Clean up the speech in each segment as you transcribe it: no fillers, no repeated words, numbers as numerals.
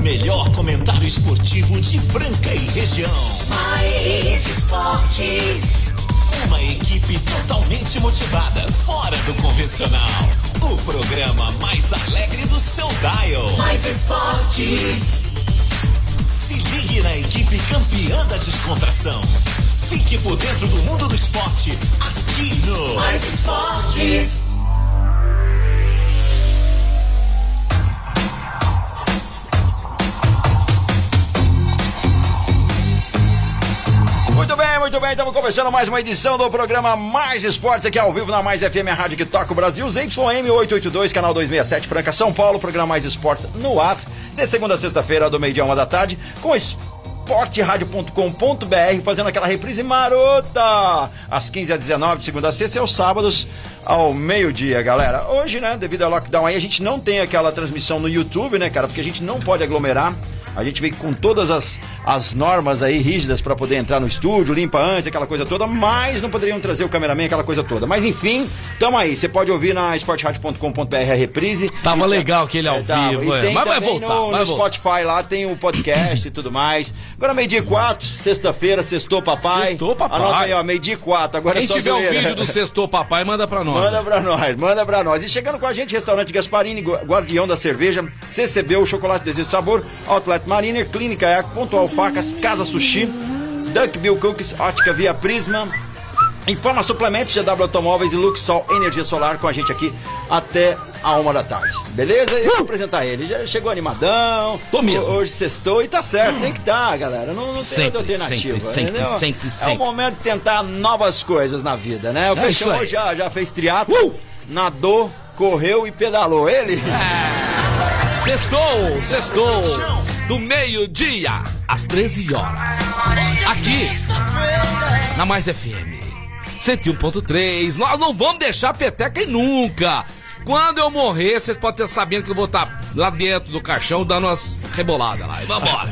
melhor comentário esportivo de Franca e região. Mais Esportes. Uma equipe totalmente motivada, fora do convencional. O programa mais alegre do seu dial. Mais Esportes. Se ligue na equipe campeã da descontração. Fique por dentro do mundo do esporte, aqui no Mais Esportes. Muito bem, estamos começando mais uma edição do programa Mais Esportes, aqui ao vivo na Mais FM, a rádio que toca o Brasil, ZYM 882, canal 267, Franca, São Paulo, programa Mais Esportes no ar, de segunda a sexta-feira, do meio-dia a 1 da tarde, com esporteradio.com.br, fazendo aquela reprise marota, às 15 às 19, de segunda a sexta, e aos sábados, ao meio-dia, galera. Hoje, né, devido ao lockdown aí, a gente não tem aquela transmissão no YouTube, né, cara, porque a gente não pode aglomerar. A gente vem com todas as normas aí rígidas para poder entrar no estúdio, limpa antes, aquela coisa toda, mas não poderiam trazer o cameraman, aquela coisa toda. Mas enfim, tamo aí. Você pode ouvir na esporteradio.com.br a reprise. Tava legal aquele ao vivo, mas vai voltar. No Spotify lá tem o podcast e tudo mais. Agora meio-dia 4, sexta-feira, sextou papai. Sextou papai. Anota aí, ó, meio-dia 4. Agora quem tiver o vídeo do Sextou Papai, manda pra nós. Manda pra nós. E chegando com a gente, restaurante Gasparini, guardião da cerveja, CCB, o chocolate desejo sabor, Outlet Mariner, Clínica Eco, Pontual Facas, Casa Sushi, Duck Bill Cookies, Ótica Via Prisma, Informa Suplementos, GW Automóveis e Luxol Energia Solar com a gente aqui até a 1 da tarde. Beleza? E eu vou apresentar ele. Já chegou animadão. Tô mesmo. Hoje sextou e tá certo. Tem que estar, galera. Não tem outra alternativa. Sempre. É o momento de tentar novas coisas na vida, né? O Peixão hoje já fez triatlo, nadou, correu e pedalou. Ele... Sextou, do meio-dia às 13 horas, aqui na Mais FM 101.3. Nós não vamos deixar a peteca e nunca. Quando eu morrer, vocês podem ter sabendo que eu vou estar lá dentro do caixão dando umas reboladas lá. E vambora.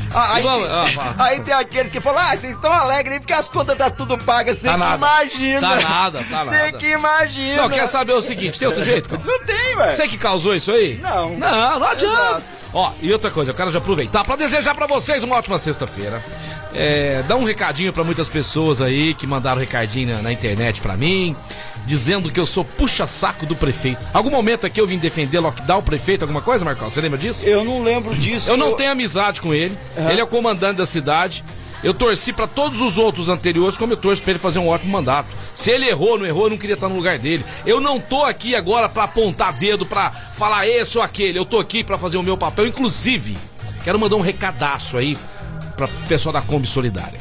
Aí tem aqueles que falam, vocês estão alegres aí porque as contas tá tudo pagas. Você que imagina. Tá nada. Você que imagina. Não, quer saber o seguinte, tem outro jeito? Não tem, velho. Você que causou isso aí? Não adianta. Exato. Ó, e outra coisa, eu quero já aproveitar pra desejar pra vocês uma ótima sexta-feira. Dá um recadinho pra muitas pessoas aí que mandaram recadinho na internet pra mim, dizendo que eu sou puxa-saco do prefeito. Algum momento aqui eu vim defender lockdown, o prefeito, alguma coisa, Marcão? Você lembra disso? Eu não lembro disso. Eu não tenho amizade com ele. Ele é o comandante da cidade. Eu torci pra todos os outros anteriores, como eu torço pra ele fazer um ótimo mandato. Se ele errou, não errou, eu não queria estar no lugar dele. Eu não tô aqui agora pra apontar dedo, pra falar esse ou aquele. Eu tô aqui pra fazer o meu papel. Inclusive, quero mandar um recadaço aí pra pessoal da Kombi Solidária.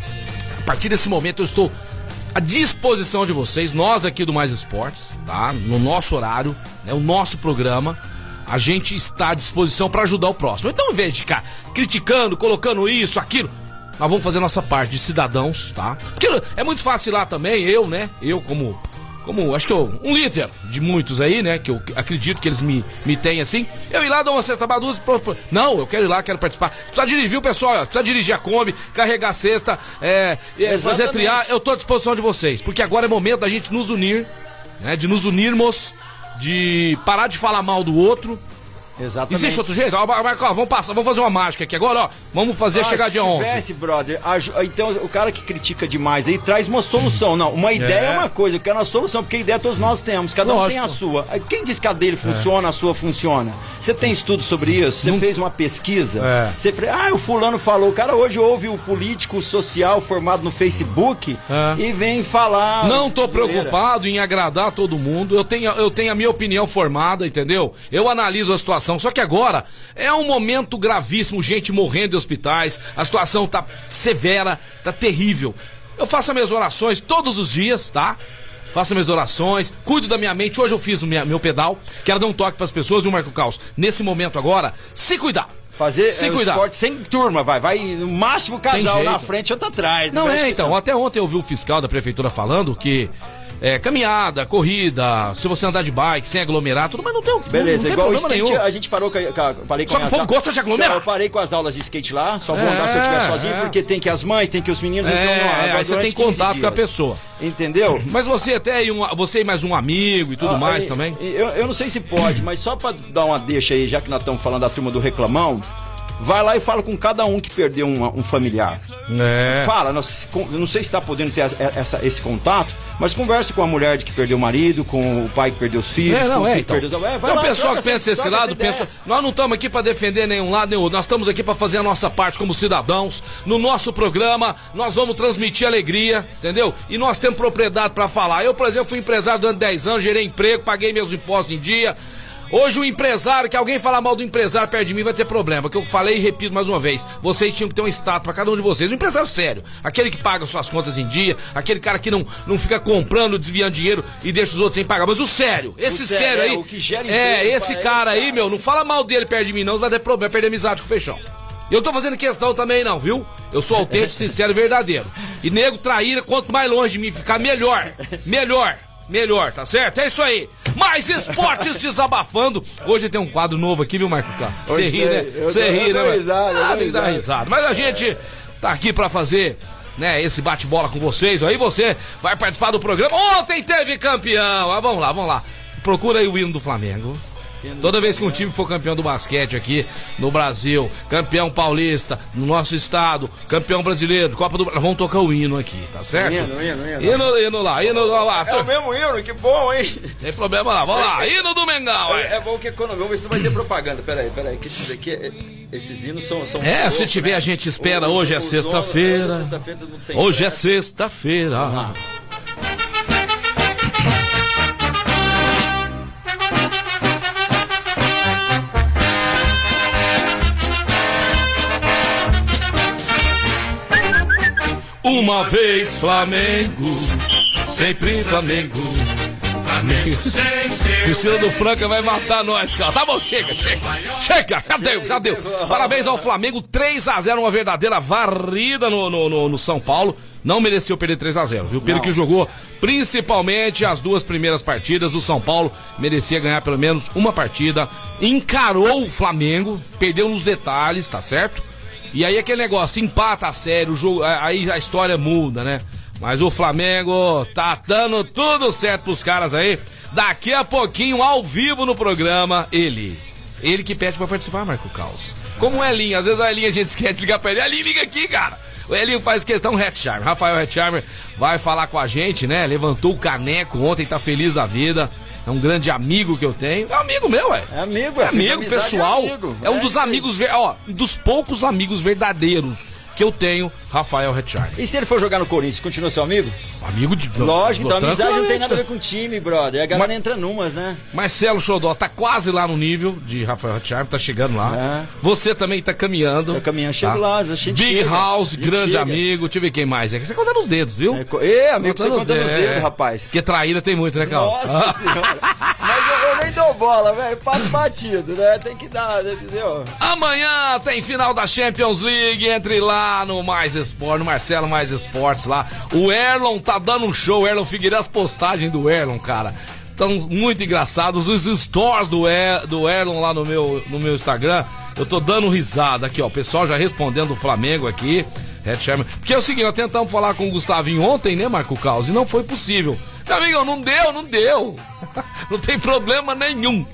A partir desse momento eu estou à disposição de vocês, nós aqui do Mais Esportes, tá? No nosso horário, né? O nosso programa. A gente está à disposição pra ajudar o próximo. Então, em vez de ficar criticando, colocando isso, aquilo, nós vamos fazer nossa parte de cidadãos, tá? Porque é muito fácil lá também, eu como acho que um líder de muitos aí, né? Que eu acredito que eles me têm assim. Eu ir lá, dar uma cesta baduza. Não, eu quero ir lá, quero participar. Precisa dirigir, viu, pessoal? Precisa dirigir a Kombi, carregar a cesta, fazer triar. Eu tô à disposição de vocês. Porque agora é momento da gente nos unir, né? De nos unirmos, de parar de falar mal do outro. Exatamente. Existe outro jeito? Marcão, vamos fazer uma mágica aqui agora, ó. Vamos fazer chegar dia 11. Se tivesse, brother, então o cara que critica demais aí traz uma solução. Não, uma ideia é uma coisa, eu quero uma solução, porque a ideia todos nós temos, cada um tem a sua. Quem diz que a dele funciona, a sua funciona? Você tem estudo sobre isso? Você fez uma pesquisa? Você o fulano falou, o cara hoje ouve o político social formado no Facebook e vem falar. Não tô preocupado em agradar todo mundo, eu tenho a minha opinião formada, entendeu? Eu analiso a situação. Só que agora é um momento gravíssimo, gente morrendo em hospitais, a situação tá severa, tá terrível. Eu faço as minhas orações todos os dias, tá? Faço minhas orações, cuido da minha mente. Hoje eu fiz o meu pedal, quero dar um toque pras pessoas, viu, Marco Caos? Nesse momento agora, se cuidar. Fazer esporte sem turma, vai no máximo casal na frente e outro atrás. Não então, até ontem eu vi o fiscal da prefeitura falando que caminhada, corrida, se você andar de bike, sem aglomerar, tudo, mas não tem, beleza, não tem igual problema nenhum. A gente parou falei com só que o povo gosta de aglomerar. Eu parei com as aulas de skate lá, só vou andar se eu estiver sozinho, porque tem que as mães, tem que os meninos, então aí você tem contato com a pessoa. Entendeu? Mas você você e mais um amigo e tudo mais também? Eu não sei se pode, mas só pra dar uma deixa aí, já que nós estamos falando da turma do Reclamão, vai lá e fala com cada um que perdeu um familiar. Fala, não sei se está podendo ter esse contato, mas converse com a mulher de que perdeu o marido, com o pai que perdeu os filhos. Então, o pessoal que pensa esse lado, nós não estamos aqui para defender nenhum lado nem outro, nós estamos aqui para fazer a nossa parte como cidadãos. No nosso programa, nós vamos transmitir alegria, entendeu? E nós temos propriedade para falar. Eu, por exemplo, fui empresário durante 10 anos, gerei emprego, paguei meus impostos em dia. Hoje o empresário, que alguém falar mal do empresário perto de mim vai ter problema, que eu falei e repito mais uma vez, vocês tinham que ter um estátua pra cada um de vocês, um empresário sério, aquele que paga suas contas em dia, aquele cara que não fica comprando, desviando dinheiro e deixa os outros sem pagar, mas o sério, esse sério aí, o que gera esse cara aí, meu, não fala mal dele perto de mim não, você vai ter problema, vai perder amizade com o Peixão. Eu tô fazendo questão também não, viu? Eu sou autêntico, sincero e verdadeiro. E nego traíra, quanto mais longe de mim ficar, melhor, tá certo? É isso aí. Mais esportes desabafando. Hoje tem um quadro novo aqui, viu, Marco Carlos? Você ri, né? Você ri, né? Tem que dar risada. Mas a gente tá aqui pra fazer, né, esse bate-bola com vocês. Aí você vai participar do programa. Ontem teve campeão. Ah, vamos lá. Procura aí o hino do Flamengo. Toda vez que um time for campeão do basquete aqui no Brasil, campeão paulista no nosso estado, campeão brasileiro, Copa do Brasil, vamos tocar o hino aqui, tá certo? Hino lá. É o mesmo hino, que bom, hein? Tem problema lá, vamos lá, hino do Mengão. É bom que economia, vamos ver se não vai ter propaganda, peraí, que esses aqui, esses hinos são se tiver né? A gente espera, hoje é sexta-feira, hoje é sexta-feira. Uma vez Flamengo, sempre Flamengo. Priscila do Franca vai matar nós, cara. Tá bom, chega. Já deu. Parabéns ao Flamengo, 3-0, uma verdadeira varrida no São Paulo. Não mereceu perder 3-0, viu? Pelo que jogou, principalmente as duas primeiras partidas, o São Paulo merecia ganhar pelo menos uma partida. Encarou o Flamengo, perdeu nos detalhes, tá certo? E aí aquele negócio, empata a série, o jogo, aí a história muda, né? Mas o Flamengo tá dando tudo certo pros caras aí. Daqui a pouquinho, ao vivo no programa, ele que pede pra participar, Marco Caos. Como o Elinho, às vezes a Elinho a gente esquece de ligar pra ele. Elinho, liga aqui, cara. O Elinho faz questão, Rafael Hetzheimer vai falar com a gente, né? Levantou o caneco ontem, tá feliz da vida. É um grande amigo que eu tenho. É um amigo meu, É amigo, pessoal. É um dos amigos, dos poucos amigos verdadeiros que eu tenho, Rafael Hetzheimer. E se ele for jogar no Corinthians, continua seu amigo? Amigo de... Lógico, então amizade não tem nada a ver com time, brother. A galera entra numas, né? Marcelo Xodó tá quase lá no nível de Rafael Hetzheimer, tá chegando lá. Você também tá caminhando. Tô caminhando, chego lá. Big House, grande amigo. Deixa eu ver quem mais é. Você conta nos dedos, viu? Amigo, você conta nos dedos, rapaz. Porque traíra tem muito, né, Carlos? Nossa senhora. Mas eu nem dou bola, velho. Passo batido, né? Tem que dar, entendeu? Amanhã tem final da Champions League. Entre lá no Mais Esporte, no Marcelo Mais Esportes lá. O Erlon tá dando um show. O Erlon Figueiredo, as postagens do Erlon, cara, estão muito engraçados. Os stories do Erlon lá no meu Instagram, eu tô dando risada aqui, ó. O pessoal já respondendo o Flamengo aqui. Porque é o seguinte, nós tentamos falar com o Gustavinho ontem, né, Marco Caos? E não foi possível. Meu amigo, não deu. Não tem problema nenhum.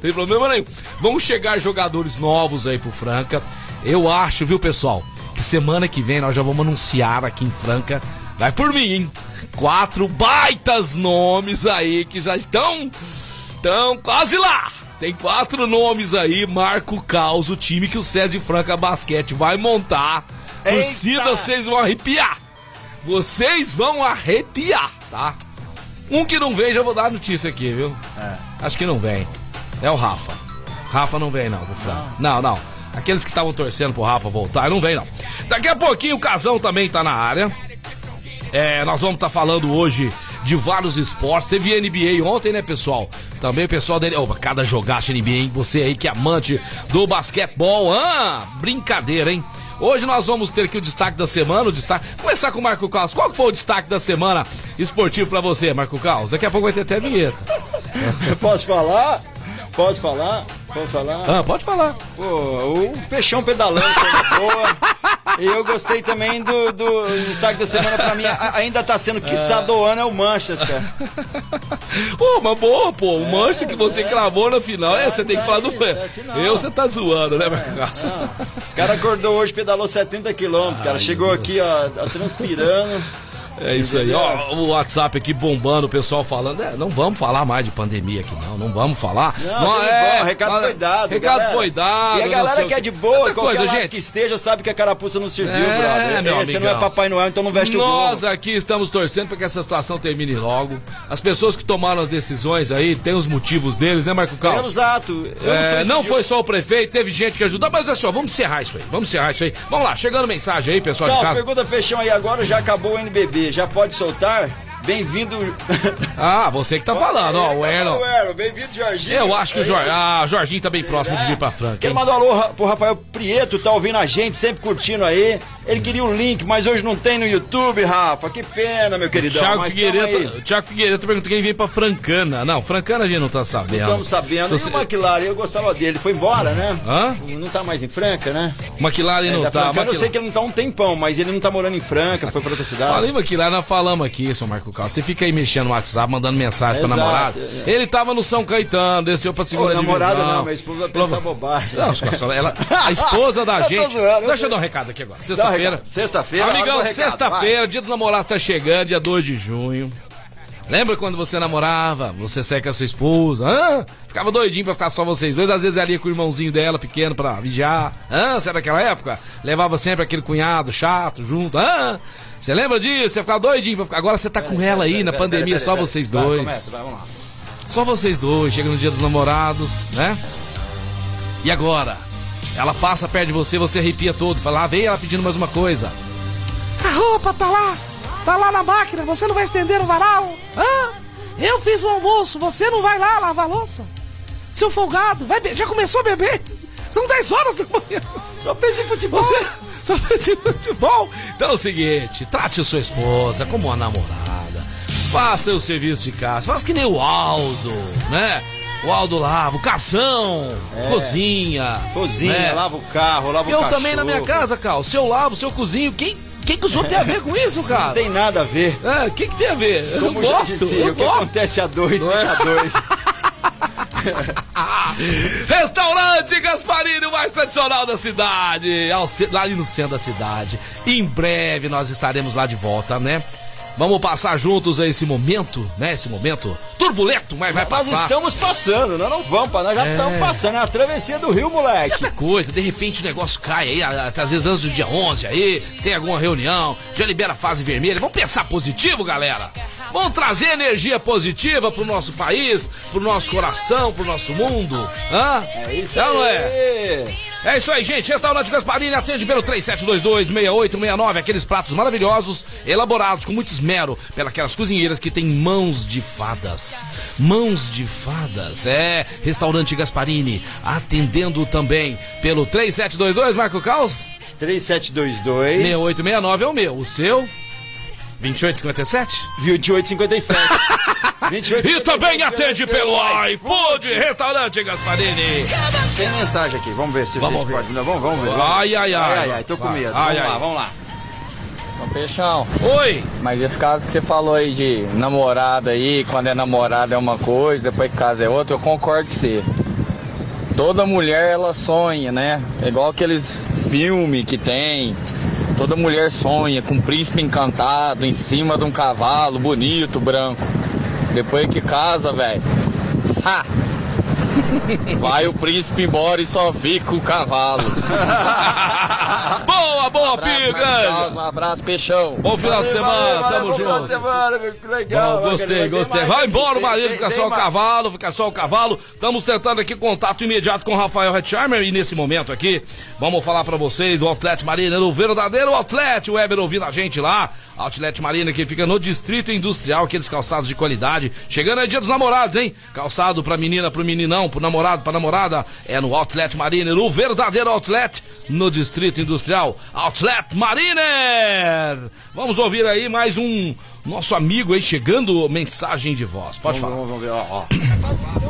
Vão chegar jogadores novos aí pro Franca. Eu acho, viu, pessoal, que semana que vem nós já vamos anunciar aqui em Franca. Vai por mim, hein? 4 baitas nomes aí que já estão quase lá. Tem 4 nomes aí, Marco Caos, o time que o César Franca Basquete vai montar. Torcida, vocês vão arrepiar. Vocês vão arrepiar, tá? Um que não vem, já vou dar a notícia aqui, viu? Acho que não vem. É o Rafa. Rafa não vem, não, pro Franca. Não. Aqueles que estavam torcendo pro Rafa voltar, não vem, não. Daqui a pouquinho o Casão também tá na área. Nós vamos estar falando hoje de vários esportes. Teve NBA ontem, né, pessoal? Também o pessoal dele. Cada jogaço NBA, hein? Você aí que é amante do basquetebol. Brincadeira, hein? Hoje nós vamos ter aqui o destaque da semana. Começar com o Marco Caos. Qual que foi o destaque da semana esportivo pra você, Marco Caos? Daqui a pouco vai ter até a vinheta. Posso falar? Pode falar? Pode falar. Pô, o Peixão pedalando, coisa boa. E eu gostei também do destaque da semana pra mim. Ainda tá sendo quiçá do ano é o Manchester. Mas boa, pô. O Manchester que você cravou na final. Você tem que falar do você tá zoando, né, Marcos? O cara acordou hoje, pedalou 70 quilômetros, cara. Chegou aqui, ó, transpirando. É isso aí, ó, o WhatsApp aqui bombando, o pessoal falando, não vamos falar mais de pandemia aqui não vamos falar. Não, recado foi dado. Recado foi dado. E a galera que é de boa, qualquer coisa, gente que esteja, sabe que a carapuça não serviu, brother. Você não é Papai Noel, então não veste o gorro. Nós aqui estamos torcendo para que essa situação termine logo. As pessoas que tomaram as decisões aí, tem os motivos deles, né, Marco Carlos? Exato. Não foi só o prefeito, teve gente que ajudou, mas é só, vamos encerrar isso aí. Vamos lá, chegando mensagem aí, pessoal de casa. Pergunta fechão aí agora, já acabou o NBB. Já pode soltar? Bem-vindo. Você que tá falando, ó, o Erno. Bem-vindo, Jorginho. Eu acho que o Jorginho tá bem próximo de vir pra Franca. Quero mandar um alô pro Rafael Prieto, tá ouvindo a gente, sempre curtindo aí. Ele queria o link, mas hoje não tem no YouTube, Rafa. Que pena, meu queridão. Thiago Figueiredo pergunta quem veio pra Francana. Não, Francana a gente não tá sabendo. Não estamos sabendo. E o McLaren, eu gostava dele. Foi embora, né? Não tá mais em Franca, né? McLaren não tá. Eu sei que ele não tá há um tempão, mas ele não tá morando em Franca, foi pra outra cidade. Falei McLaren, nós falamos aqui, seu Marco Carlos. Você fica aí mexendo no WhatsApp, mandando mensagem pra namorada. Ele tava no São Caetano, desceu pra segunda divisão. Namorada não, minha esposa vai pensar bobagem. Não, a esposa da gente. Deixa eu dar um recado aqui agora. Sexta-feira. Amigão, sexta-feira, dia dos namorados tá chegando, dia 2 de junho. Lembra quando você namorava, você saia com a sua esposa, ficava doidinho pra ficar só vocês dois, às vezes ali com o irmãozinho dela, pequeno, pra vigiar, você era daquela época? Levava sempre aquele cunhado chato junto, você lembra disso? Você ficava doidinho pra ficar, agora você tá com ela aí na pandemia, só vocês dois. Vamos lá. Só vocês dois, chega no dia dos namorados, né? E agora? Ela passa perto de você, você arrepia todo, fala, vem ela pedindo mais uma coisa. A roupa tá lá na máquina, você não vai estender o varal? Eu fiz o almoço, você não vai lá lavar a louça? Seu folgado, já começou a beber? São 10 horas da manhã. Só fez em futebol. Só fez em futebol. Então é o seguinte, trate a sua esposa como uma namorada. Faça o serviço de casa, faça que nem o Aldo, né? O Aldo lava, o Cação, cozinha, né? Lava o carro, lava o cachorro. Eu também na minha casa, Cal, se eu lavo, se eu cozinho, quem que os outros tem a ver com isso, cara? Não tem nada a ver. O que tem a ver? Eu gosto. O que acontece a dois, fica a dois. Restaurante Gasparini, o mais tradicional da cidade, lá ali no centro da cidade. Em breve nós estaremos lá de volta, né? Vamos passar juntos esse momento, né? Esse momento turbulento, mas vai passar. Nós estamos passando, nós não vamos, nós já estamos passando. É a travessia do rio, moleque. Outra coisa, de repente o negócio cai aí, às vezes antes do dia 11 aí, tem alguma reunião, já libera a fase vermelha. Vamos pensar positivo, galera. Vamos trazer energia positiva pro nosso país, pro nosso coração, pro nosso mundo. É isso aí. É isso aí, gente. Restaurante Gasparini atende pelo 3722-6869. Aqueles pratos maravilhosos, elaborados com muito esmero pelas cozinheiras que têm mãos de fadas. Mãos de fadas. Restaurante Gasparini atendendo também pelo 3722, Marco Caos? 3722-6869 é o meu. O seu? 2857? 2857. E também atende pelo iFood, Restaurante Gasparini. Tem mensagem aqui, vamos ver se vamos ver. Vamos ver. Ai, tô com medo. Vamos lá. Ô, Peixão. Oi. Mas esse caso que você falou aí de namorada aí, quando é namorada é uma coisa, depois que casa é outra, eu concordo com você. Toda mulher, ela sonha, né? É igual aqueles filmes que tem. Toda mulher sonha com um príncipe encantado em cima de um cavalo bonito, branco. Depois que casa, velho, vai o príncipe embora e só fica o cavalo. Boa, Piga! Um abraço, Peixão. Bom final de semana, tamo junto. Bom final de semana, meu, que legal. Bom, gostei. Vai embora o marido, fica só o cavalo, Estamos tentando aqui contato imediato com o Rafael Hetzheimer e nesse momento aqui, vamos falar pra vocês do Outlet Marina, o verdadeiro Outlet, o Weber ouvindo a gente lá. Outlet Marina que fica no Distrito Industrial, aqueles calçados de qualidade. Chegando aí dia dos namorados, hein? Calçado pra menina, pro meninão, pro namorado, pra namorada. É no Outlet Marina, o verdadeiro Outlet no Distrito Industrial. Outlet Mariner! Vamos ouvir aí mais um nosso amigo aí chegando, mensagem de voz. Pode falar. Vamos ver, ó.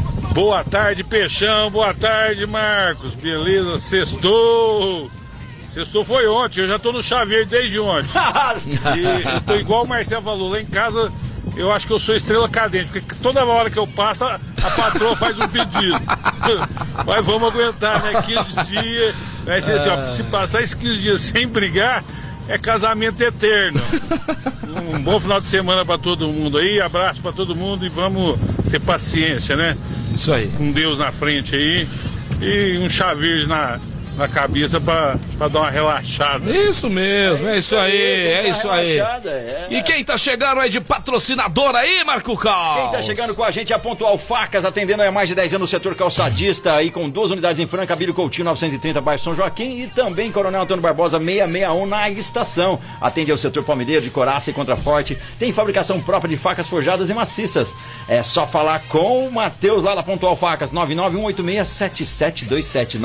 Boa tarde, Peixão. Boa tarde, Marcos. Beleza? Sextou sextou foi ontem, eu já tô no chaveiro desde ontem. E eu tô igual o Marcelo falou, lá em casa eu acho que eu sou estrela cadente, porque toda hora que eu passo, a patroa faz um pedido. Mas vamos aguentar, né? 15 dias, vai ser assim, ó, se passar esses 15 dias sem brigar, é casamento eterno. Um bom final de semana pra todo mundo aí, abraço pra todo mundo e vamos ter paciência, né? Isso aí. Com Deus na frente aí e um chaveiro na cabeça pra dar uma relaxada. Isso mesmo, é isso aí. E quem tá chegando aí de patrocinador aí, Marco Cal? Quem tá chegando com a gente é a Pontual Facas, atendendo há mais de 10 anos no setor calçadista, aí com 2 unidades em Franca, Abílio Coutinho 930, bairro São Joaquim, e também Coronel Antônio Barbosa 661 na estação. Atende ao setor palmeireiro de coraça e contraforte, tem fabricação própria de facas forjadas e maciças. É só falar com o Matheus lá da Pontual Facas, 991867727,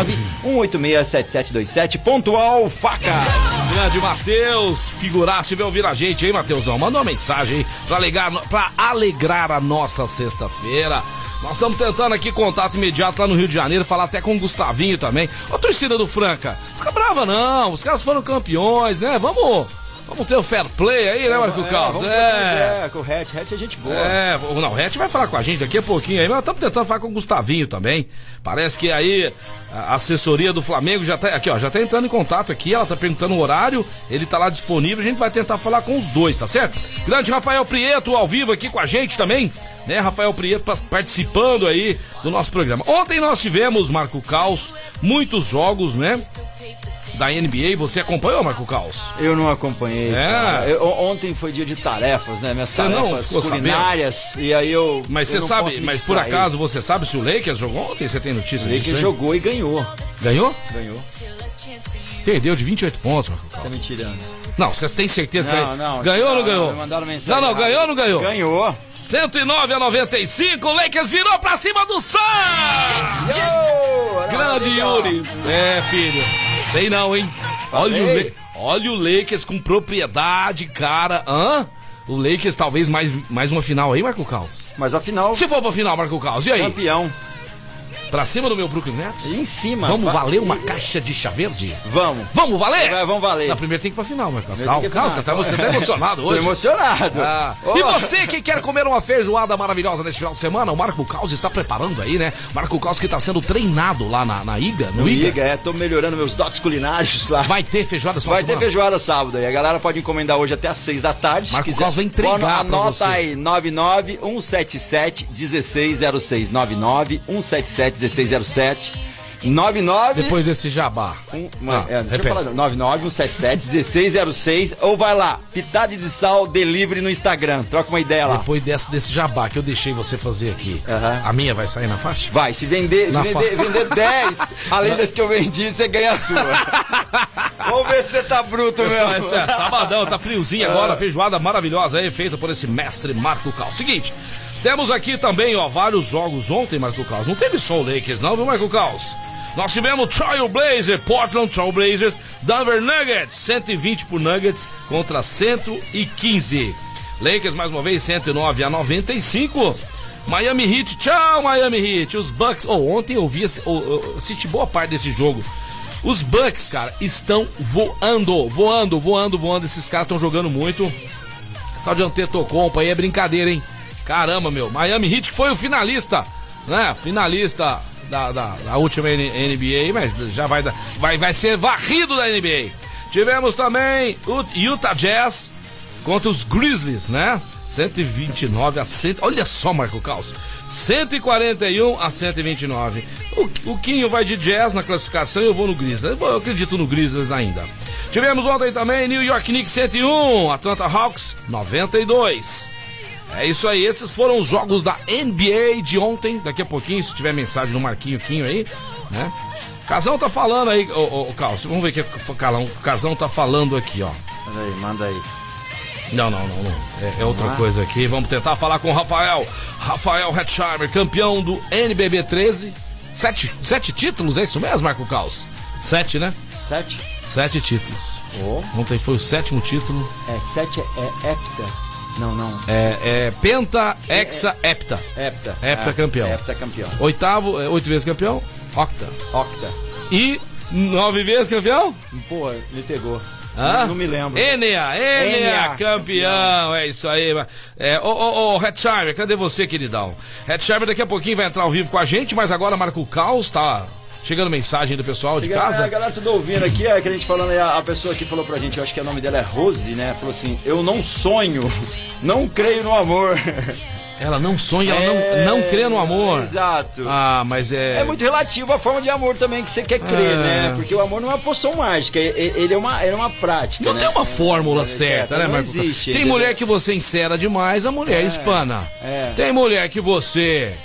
991867727, Pontual Facas. Grande Matheus, figurasse, veio ouvir a gente aí, Matheusão. Manda uma mensagem aí pra alegrar a nossa sexta-feira. Nós estamos tentando aqui contato imediato lá no Rio de Janeiro, falar até com o Gustavinho também. Ô, torcida do Franca, fica brava não, os caras foram campeões, né? Vamos ter o fair play aí, né, Marco Carlos? Com o Hatch é gente boa. Não, o Hatch vai falar com a gente daqui a pouquinho aí, mas nós estamos tentando falar com o Gustavinho também. Parece que aí a assessoria do Flamengo já tá entrando em contato aqui, ela tá perguntando o horário, ele tá lá disponível, a gente vai tentar falar com os dois, tá certo? Grande Rafael Prieto ao vivo aqui com a gente também, né? Rafael Prieto participando aí do nosso programa. Ontem nós tivemos, Marco Caos, muitos jogos, né? Da NBA, você acompanhou, Marco Caos? Eu não acompanhei. Ontem foi dia de tarefas, né? Minhas tarefas culinárias. Sabendo? E aí eu. Mas você sabe, mas por acaso você sabe se o Lakers jogou ontem? Você tem notícia disso? O Lakers jogou e ganhou. Ganhou? Ganhou. Perdeu de 28 pontos, Marco Caos. Tá me tirando. Não, você tem certeza que não, ganhou ou não ganhou? Me mandaram mensagem. Não, ganhou ou não ganhou? Ganhou. 109-95, o Lakers virou pra cima do Suns! Grande Yuri. Filho. Sei não, hein? Olha o Lakers com propriedade, cara. O Lakers talvez mais uma final aí, Marco Caos? Mas a final... Se for pra final, Marco Caos, e aí? Campeão. Pra cima do meu Brooklyn Nets? Em cima. Vamos valer uma caixa de chá verde? Vamos. Vamos valer? Vamos valer. Na primeira tem que ir pra final, Marcos. Calma, você tá emocionado hoje. Tô emocionado. E você que quer comer uma feijoada maravilhosa nesse final de semana, o Marco Caos está preparando aí, né? Marco Caos que tá sendo treinado lá na IGA, no IGA. Tô melhorando meus dotes culinários lá. Vai ter feijoada sábado? Vai ter feijoada sábado aí. A galera pode encomendar hoje até às 6 da tarde. Marco Caos vai entregar Anota aí, 991771606, 991771607. 99. Depois desse jabá. Deixa eu falar. 991771606. Ou vai lá, Pitada de Sal Delivery no Instagram. Troca uma ideia lá. Depois desse jabá que eu deixei você fazer aqui, a minha vai sair na faixa? Vai, se vender 10, além das que eu vendi, você ganha a sua. Vamos ver se você tá bruto mesmo. Sabadão, tá friozinho agora, feijoada maravilhosa aí, feita por esse mestre Marco Caos. Seguinte, temos aqui também, vários jogos ontem, Marco Caos. Não teve só o Lakers, não, viu, Marco Caos? Nós tivemos Trail Blazers, Portland Trail Blazers, Denver Nuggets, 120 por Nuggets contra 115. Lakers, mais uma vez, 109-95. Miami Heat, tchau, Miami Heat. Os Bucks, ontem eu vi, assisti boa parte desse jogo. Os Bucks, cara, estão voando. Esses caras estão jogando muito. Essa de Antetokounmpo aí é brincadeira, hein? Caramba, meu. Miami Heat que foi o finalista, né? Finalista da última NBA, mas já vai ser varrido da NBA. Tivemos também o Utah Jazz contra os Grizzlies, né? 129-100. Olha só, Marco Caos. 141-129. O Quinho vai de Jazz na classificação e eu vou no Grizzlies. Eu acredito no Grizzlies ainda. Tivemos ontem também New York Knicks 101, Atlanta Hawks 92. É isso aí, esses foram os jogos da NBA de ontem. Daqui a pouquinho, se tiver mensagem no Marquinho Quinho aí, né? Casão tá falando aí, ô Carlos, vamos ver o que o Casão tá falando aqui, ó. Manda aí. Não. É outra coisa aqui. Vamos tentar falar com o Rafael Hetzheimer, campeão do NBB 13. 7 títulos, é isso mesmo, Marco Caos? 7, né? 7 títulos. Ontem foi o 7º título. 7 é hepta. Não. É penta, hexa, hepta. Hepta campeão. Hepta campeão. 8 vezes campeão, octa. Octa. E 9 vezes campeão? Pô, me pegou. Não me lembro. Enea, campeão, é isso aí. Ô, Hetzheimer, cadê você, queridão? Hetzheimer daqui a pouquinho vai entrar ao vivo com a gente, mas agora marca o caos, tá chegando mensagem do pessoal de casa. A galera tudo ouvindo aqui, que a gente falando aí, a pessoa que falou pra gente, eu acho que o nome dela é Rose, né? Falou assim, eu não sonho, não creio no amor. Ela não sonha, ela não crê no amor. Exato. Mas é muito relativo a forma de amor também que você quer crer, né? Porque o amor não é uma poção mágica, ele é uma prática. Não, né? Tem uma fórmula certa, né, Marco? Existe. Tem mulher que você encera demais, a mulher espana. Tem mulher que você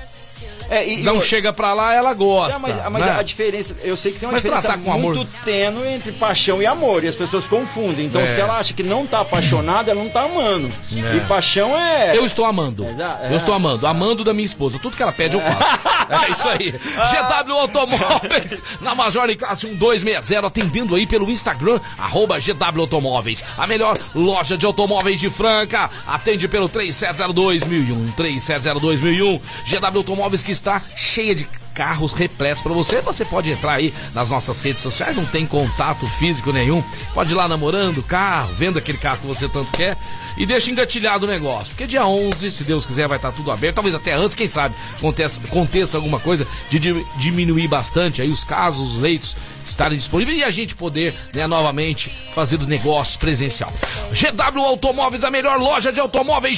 não chega pra lá, ela gosta. Mas né? a diferença, eu sei que tem uma diferença muito tênue entre paixão e amor, e as pessoas confundem. Então, se ela acha que não tá apaixonada, ela não tá amando. E paixão é... Eu estou amando. Eu estou amando da minha esposa. Tudo que ela pede, eu faço. É isso aí. GW Automóveis, na Major Classe 1260, atendendo aí pelo Instagram, @GW Automóveis. A melhor loja de automóveis de Franca. Atende pelo 3702.001. 3702.001. GW Automóveis, que está cheia de carros repletos para você. Você pode entrar aí nas nossas redes sociais, não tem contato físico nenhum. Pode ir lá namorando o carro, vendo aquele carro que você tanto quer e deixa engatilhado o negócio. Porque dia 11, se Deus quiser, vai estar tudo aberto. Talvez até antes, quem sabe, aconteça alguma coisa de diminuir bastante aí os casos, os leitos estarem disponíveis e a gente poder, né, novamente fazer os negócios presencial. GW Automóveis, a melhor loja de automóveis.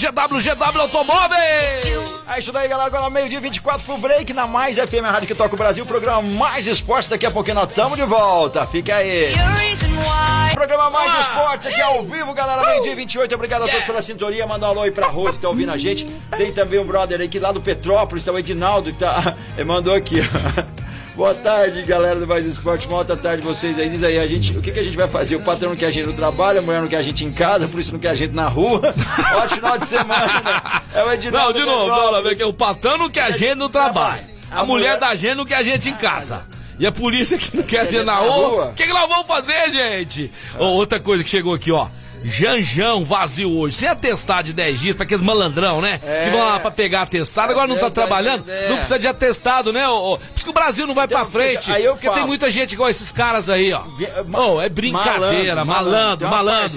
GW Automóveis. É isso daí, galera. Agora meio-dia 24 pro break na Mais FM, a rádio que toca o Brasil. Programa Mais Esportes. Daqui a pouquinho nós estamos de volta. Fica aí. Programa Mais Esportes aqui ao vivo, galera. Meio-dia 28. Obrigado a todos pela sintonia. Manda um alô aí pra Rose que tá ouvindo a gente. Tem também um brother aí que lá do Petrópolis, tá o Edinaldo, que tá. Ele mandou aqui, ó. Boa tarde, galera do Mais Esporte. Uma outra tarde vocês aí. Diz aí, o que a gente vai fazer? O patrão não quer a gente no trabalho, a mulher não quer a gente em casa, por isso não quer a gente na rua. Ótimo final de semana. É o Edinaldo. Não, de novo, o patrão não quer a gente no trabalho. A mulher da gente não quer a gente em casa. E a polícia que não quer a gente na rua. O que nós vamos fazer, gente? Outra coisa que chegou aqui, ó. Janjão vazio hoje, sem atestado de 10 dias, pra aqueles malandrão, né? Que vão lá pra pegar atestado, agora não tá trabalhando, não precisa de atestado, né? Por isso que o Brasil não vai pra frente, porque tem muita gente igual esses caras aí, ó. É brincadeira, malandro.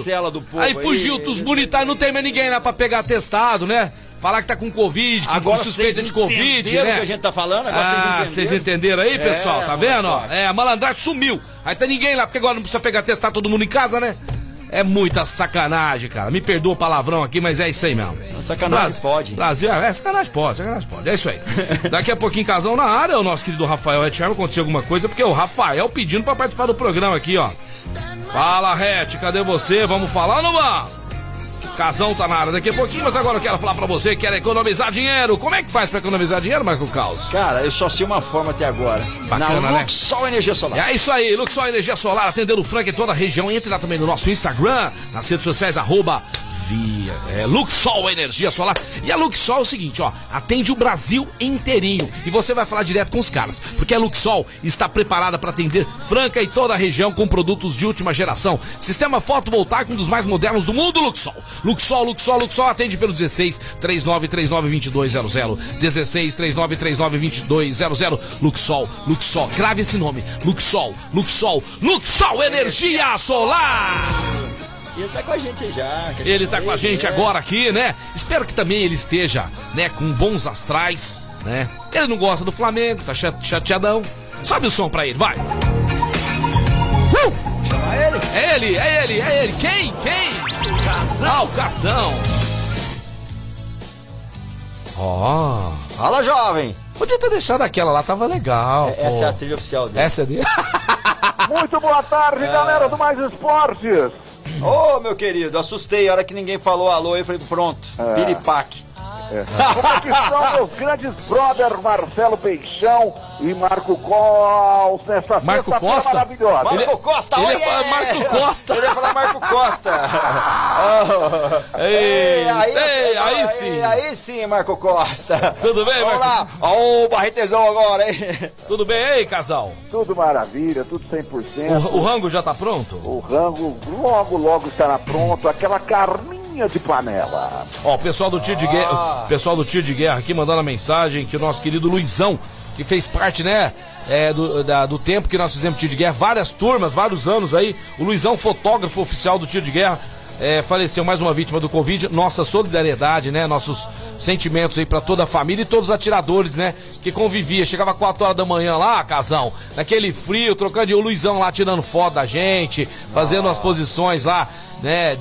Aí fugiu dos bonitos, não tem mais ninguém lá pra pegar atestado, né? Falar que tá com Covid, com suspeita de Covid, né? O que a gente tá falando? Vocês entenderam aí, pessoal? Tá vendo, ó? A malandragem sumiu. Aí tá ninguém lá, porque agora não precisa pegar atestado todo mundo em casa, né? É muita sacanagem, cara. Me perdoa o palavrão aqui, mas é isso aí mesmo. Sacanagem pode. Brasil, sacanagem pode. É isso aí. Daqui a pouquinho, casão na área, o nosso querido Rafael Hetzheimer, aconteceu alguma coisa, porque o Rafael pedindo pra participar do programa aqui, ó. Fala, Ret, cadê você? Vamos falar ou não vamos? Casão tá na área daqui a pouquinho, mas agora eu quero falar pra você que quer economizar dinheiro. Como é que faz pra economizar dinheiro, Marco Caos? Cara, eu só sei uma forma até agora. Bacana, na Luxol Energia Solar. É isso aí, Luxol Energia Solar, atendendo o Franca em toda a região. Entre lá também no nosso Instagram, nas redes sociais, Luxol Energia Solar. E a Luxol é o seguinte, ó, atende o Brasil inteirinho. E você vai falar direto com os caras, porque a Luxol está preparada para atender Franca e toda a região com produtos de última geração. Sistema fotovoltaico, um dos mais modernos do mundo, Luxol. Luxol, atende pelo 16 3939 2200. 16 3939 2200. Luxol, grave esse nome. Luxol Energia Solar. E ele tá com a gente já. Ele tá com a gente agora aqui, né? Espero que também ele esteja, né, com bons astrais, né? Ele não gosta do Flamengo, tá chateadão. Sobe o som pra ele, vai. Chama ele? É ele. Quem? Casão. O Casão. Ó. Fala, jovem. Podia ter deixado aquela lá, tava legal. Essa é a trilha oficial dele. Essa é dele. Muito boa tarde, galera do Mais Esportes. Ô, meu querido, assustei. A hora que ninguém falou alô, eu falei, pronto, piripaque. Como é que estão meus grandes brothers Marcelo Peixão e Marco Costa? Essa Marco Costa? Maravilhosa. Marco Costa, Ele ia falar Marco Costa. Ele ia falar Marco Costa. Aí sim, Marco Costa. Tudo bem, Marco? Vamos lá. Ó, o Barretezão agora, hein? Tudo bem aí, casal? Tudo maravilha, tudo 100%. O rango já tá pronto? O rango logo estará pronto. Aquela carninha de panela. Ó, o pessoal do Tiro de Guerra, aqui mandando a mensagem que o nosso querido Luizão, que fez parte, né, do tempo que nós fizemos tiro de guerra, várias turmas, vários anos aí. O Luizão, fotógrafo oficial do tiro de guerra, faleceu, mais uma vítima do Covid. Nossa solidariedade, né? Nossos sentimentos aí pra toda a família e todos os atiradores, né? Que convivia, chegava 4 horas da manhã lá, Casão, naquele frio, trocando, e o Luizão lá tirando foto da gente, fazendo as posições lá, né?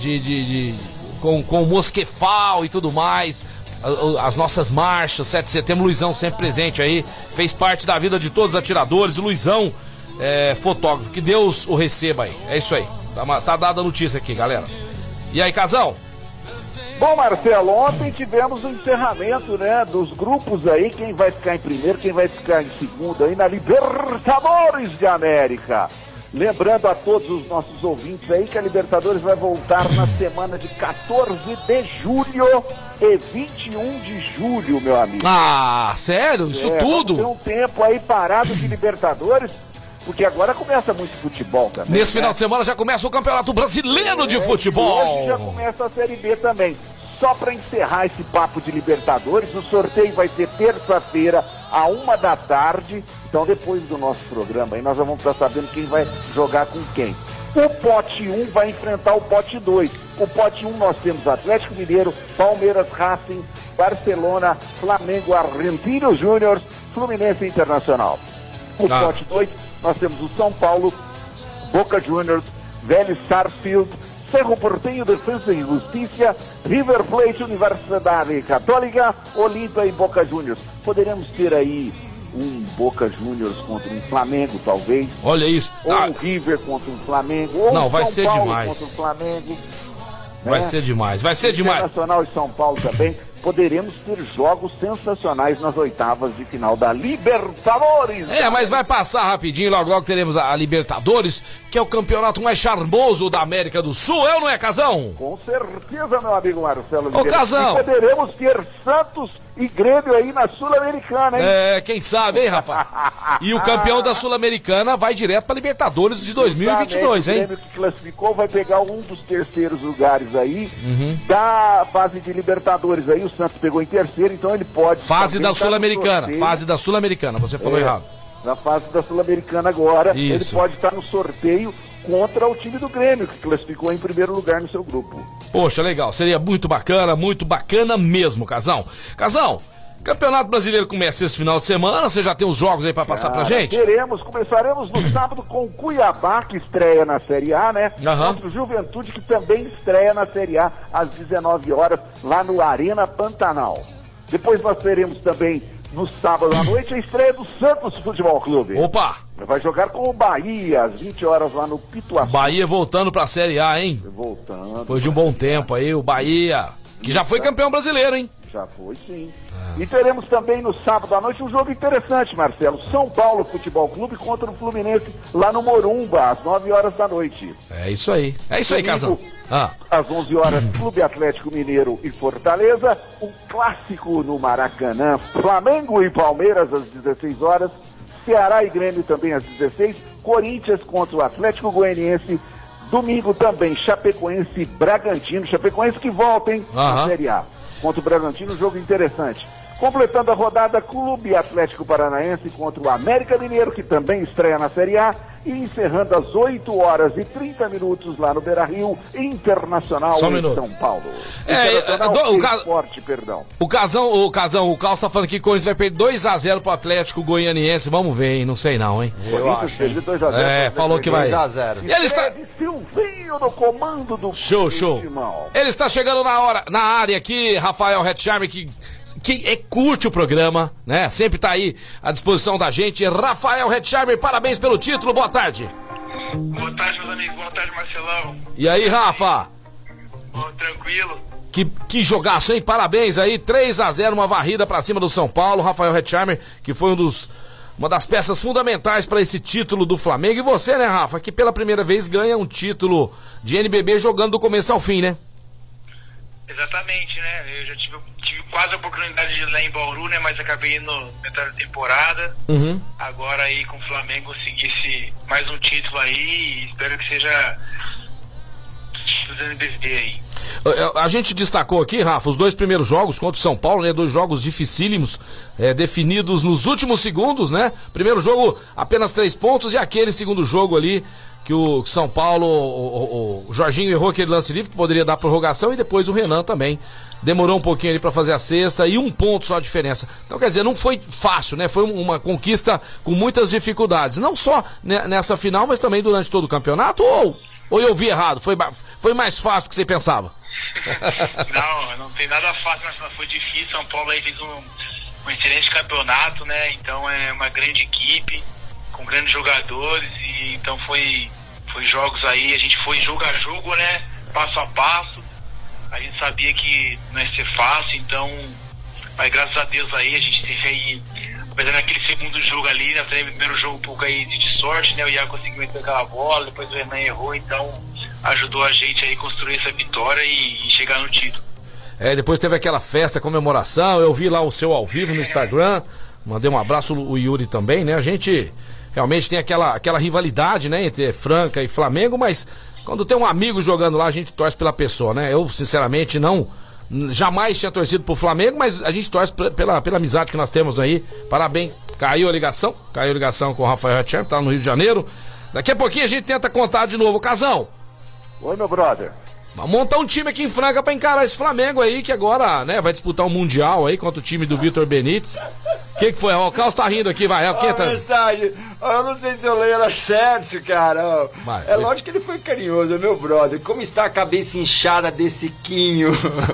Com mosquefal e tudo mais. As nossas marchas, 7 de setembro, Luizão sempre presente aí, fez parte da vida de todos os atiradores. O Luizão, fotógrafo, que Deus o receba aí. É isso aí, tá dada a notícia aqui, galera. E aí, Casão? Bom, Marcelo, ontem tivemos o encerramento, né, dos grupos aí, quem vai ficar em primeiro, quem vai ficar em segundo aí na Libertadores de América. Lembrando a todos os nossos ouvintes aí que a Libertadores vai voltar na semana de 14 de julho e 21 de julho, meu amigo. Ah, sério? Isso tudo? Tem um tempo aí parado de Libertadores, porque agora começa muito futebol também. Nesse final de semana já começa o Campeonato Brasileiro de Futebol. Hoje já começa a Série B também. Só para encerrar esse papo de Libertadores, o sorteio vai ser terça-feira, à 1 da tarde. Então, depois do nosso programa, aí nós vamos estar sabendo quem vai jogar com quem. O pote 1 vai enfrentar o pote 2. O pote 1 nós temos Atlético Mineiro, Palmeiras, Racing, Barcelona, Flamengo, Argentinos Júnior, Fluminense Internacional. O pote 2 nós temos o São Paulo, Boca Juniors, Vélez Sarsfield, Cerro Porteño, Defensa e Justiça, River Plate, Universidade Católica, Olímpia e Boca Juniors. Poderemos ter aí um Boca Juniors contra um Flamengo, talvez. Olha isso. Ou um River contra um Flamengo. Ou não, um vai São ser Paulo demais. Contra um Flamengo. Vai ser demais, vai ser demais. Internacional e São Paulo também. Poderemos ter jogos sensacionais nas oitavas de final da Libertadores. Mas vai passar rapidinho, logo logo teremos a Libertadores, que é o campeonato mais charmoso da América do Sul, não é, Casão? Com certeza, meu amigo Marcelo. Ô, Casão! E poderemos ter Santos e Grêmio aí na Sul-Americana, hein? Quem sabe, hein, rapaz? E o campeão da Sul-Americana vai direto pra Libertadores de 2022, hein? O Grêmio que classificou vai pegar um dos terceiros lugares aí da fase de Libertadores aí. O Santos pegou em terceiro, então ele pode... Fase da Sul-Americana, você falou errado. Na fase da Sul-Americana agora, Isso. ele pode estar no sorteio contra o time do Grêmio, que classificou em primeiro lugar no seu grupo. Poxa, legal, seria muito bacana mesmo, Casão. Casão, Campeonato Brasileiro começa esse final de semana, você já tem os jogos aí pra passar pra gente? Começaremos no sábado com o Cuiabá, que estreia na Série A, né? Contra o Juventude, que também estreia na Série A, às 19 horas, lá no Arena Pantanal. Depois nós teremos também, no sábado à noite, a estreia do Santos Futebol Clube. Opa! Vai jogar com o Bahia, às 20 horas, lá no Pituaçu. Bahia voltando pra Série A, hein? Voltando. Depois de um bom tempo aí, o Bahia, que já foi campeão brasileiro, hein? Já foi, sim. E teremos também no sábado à noite um jogo interessante, Marcelo. São Paulo Futebol Clube contra o Fluminense lá no Morumba, às 9 horas da noite. É isso aí. É isso aí, Casão. Às 11 horas, Clube Atlético Mineiro e Fortaleza. Um clássico no Maracanã. Flamengo e Palmeiras às 16 horas. Ceará e Grêmio também às 16. Corinthians contra o Atlético Goianiense. Domingo também, Chapecoense e Bragantino. Chapecoense que volta, hein? Na Série A. Contra o Bragantino, um jogo interessante. Completando a rodada, Clube Atlético Paranaense contra o América Mineiro, que também estreia na Série A. E encerrando às 8 horas e 30 minutos lá no Beira-Rio, Internacional em São Paulo. O Carlos tá falando que o Corinthians vai perder 2-0 pro Atlético Goianiense. Vamos ver, hein? Não sei não, hein? Eu acho. 2-0. Falou que vai. 2-0. Ele está... Silvinho no comando do... Show. Ele está chegando na área aqui, Rafael Hetzheimer, que curte o programa, né? Sempre tá aí à disposição da gente. Rafael Hetzheimer, parabéns pelo título, boa tarde. Boa tarde, meus amigos, boa tarde, Marcelão. E aí, Rafa? Tranquilo. Que jogaço, hein? Parabéns aí, 3-0, uma varrida pra cima do São Paulo. Rafael Hetzheimer, que foi uma das peças fundamentais para esse título do Flamengo. E você, né, Rafa, que pela primeira vez ganha um título de NBB jogando do começo ao fim, né? Exatamente, né? Eu já tive quase a oportunidade de ir lá em Bauru, né? Mas acabei indo na metade da temporada. Agora aí com o Flamengo conseguisse mais um título aí e espero que seja do NBB aí. A gente destacou aqui, Rafa, os 2 primeiros jogos contra o São Paulo, né? 2 jogos dificílimos, definidos nos últimos segundos, né? Primeiro jogo, apenas 3 pontos, e aquele segundo jogo ali, que o São Paulo, o Jorginho errou aquele lance livre, que poderia dar prorrogação, e depois o Renan também demorou um pouquinho ali pra fazer a cesta, e 1 ponto só a diferença. Então, quer dizer, não foi fácil, né? Foi uma conquista com muitas dificuldades, não só nessa final, mas também durante todo o campeonato, ou eu vi errado? Foi mais fácil do que você pensava? Não tem nada fácil, mas foi difícil. São Paulo aí fez um excelente campeonato, né? Então é uma grande equipe, com grandes jogadores, e então foi jogos aí, a gente foi jogo a jogo, né? Passo a passo. A gente sabia que não ia ser fácil, então, mas graças a Deus aí, a gente teve aí, apesar daquele segundo jogo ali, né? Primeiro jogo um pouco aí de sorte, né? O Iago conseguiu meter aquela bola, depois o Renan errou, então ajudou a gente aí a construir essa vitória e chegar no título. Depois teve aquela festa, comemoração, eu vi lá o seu ao vivo no Instagram, mandei um abraço, o Yuri também, né? A gente realmente tem aquela rivalidade, né, entre Franca e Flamengo, mas quando tem um amigo jogando lá, a gente torce pela pessoa, né? Eu, sinceramente, jamais tinha torcido pro Flamengo, mas a gente torce pela amizade que nós temos aí. Parabéns. Caiu a ligação com o Rafael Hatcher, tá no Rio de Janeiro. Daqui a pouquinho a gente tenta contar de novo. Casão. Oi, meu brother. Vamos montar um time aqui em Franca pra encarar esse Flamengo aí, que agora, né, vai disputar um Mundial aí contra o time do Vitor Benítez. O que foi? O Carlos tá rindo aqui, vai. Mensagem. Eu não sei se eu leio ela certo, cara. Lógico que ele foi carinhoso, meu brother. Como está a cabeça inchada desse Quinho?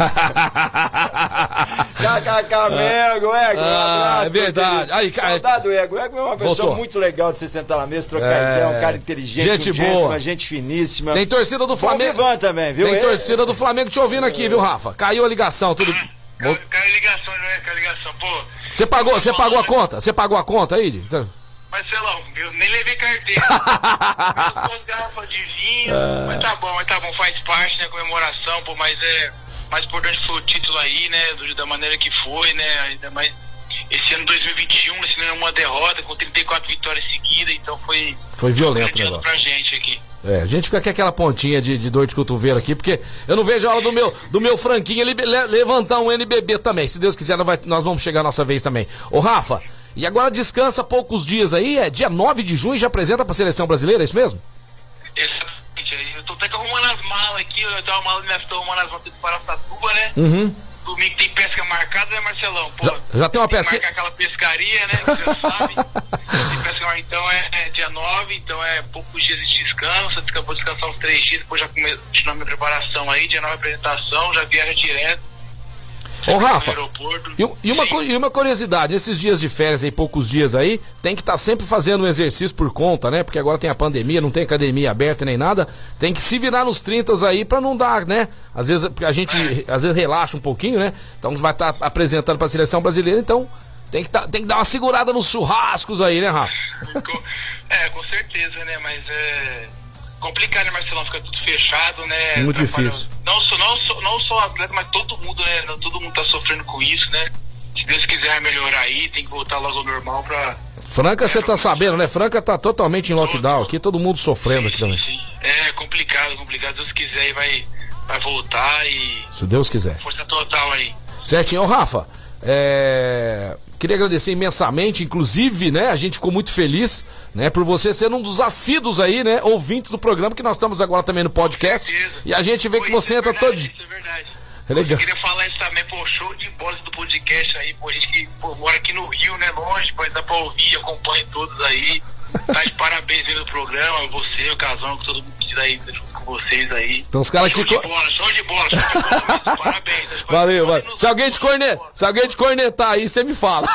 Ego, um abraço. É verdade. Aí, saudade do Ego. O Ego é uma pessoa muito legal de você sentar na mesa, trocar ideia, um cara inteligente, gente boa, uma gente finíssima. Tem torcida do Flamengo. Bom também, viu? Tem torcida do Flamengo te ouvindo aqui, viu, Rafa? Caiu a ligação, tudo. Caiu a ligação, pô. Você pagou a conta? Você pagou a conta aí? Marcelão, eu nem levei carteira. Meus 2 garrafas de vinho, mas tá bom, faz parte, né, comemoração, pô, mas mais importante foi o título aí, né, da maneira que foi, né, ainda mais esse ano 2021, esse ano é uma derrota, com 34 vitórias seguidas, então foi violento o negócio pra gente aqui. A gente fica com aquela pontinha de dor de cotovelo aqui, porque eu não vejo a hora do meu Franquinho ele levantar um NBB também. Se Deus quiser, nós vamos chegar a nossa vez também. Ô, Rafa, e agora descansa poucos dias aí, dia 9 de junho, já apresenta pra seleção brasileira, é isso mesmo? Exatamente, eu tô até arrumando as malas aqui, eu tô arrumando as malas para Araçatuba, né? Domingo tem pesca marcada, né, Marcelão? Pô, já tem uma pesca. Marcar aquela pescaria, né? Você sabe. Tem pesca marcada, então é dia 9, então é poucos dias de descanso. Vou descansar uns 3 dias, depois já continuar minha preparação aí. Dia 9 apresentação, já viaja direto. Ô, Rafa, e uma curiosidade, esses dias de férias aí, poucos dias aí, tem que estar sempre fazendo um exercício por conta, né? Porque agora tem a pandemia, não tem academia aberta nem nada, tem que se virar nos 30 aí pra não dar, né? Às vezes a gente relaxa um pouquinho, né? Então vai estar apresentando pra seleção brasileira, então tem que dar uma segurada nos churrascos aí, né, Rafa? Com certeza, né? Mas complicado, né, Marcelão? Fica tudo fechado, né? Muito difícil. Não só atleta, mas todo mundo, né? Todo mundo tá sofrendo com isso, né? Se Deus quiser melhorar aí, tem que voltar logo ao normal pra... Franca, você tá sabendo, né? Franca tá totalmente em lockdown aqui, todo mundo sofrendo aqui também. Sim. É complicado. Se Deus quiser aí vai voltar e... Se Deus quiser. Força total aí. Certinho. Ô, Rafa, queria agradecer imensamente, inclusive, né, a gente ficou muito feliz, né, por você ser um dos assíduos aí, né, ouvintes do programa, que nós estamos agora também no podcast, e a gente vê que você entra todo dia. Isso é verdade. Legal. Eu queria falar isso também, pô, show de bola do podcast aí, pô, a gente que mora aqui no Rio, né, longe, pô, dá pra ouvir, acompanha todos aí, tá de parabéns aí no programa, você, o Casão, que todo mundo precisa aí, junto com vocês aí. Então os caras show de bola, parabéns. Valeu. Se alguém te cornetar aí, você me fala.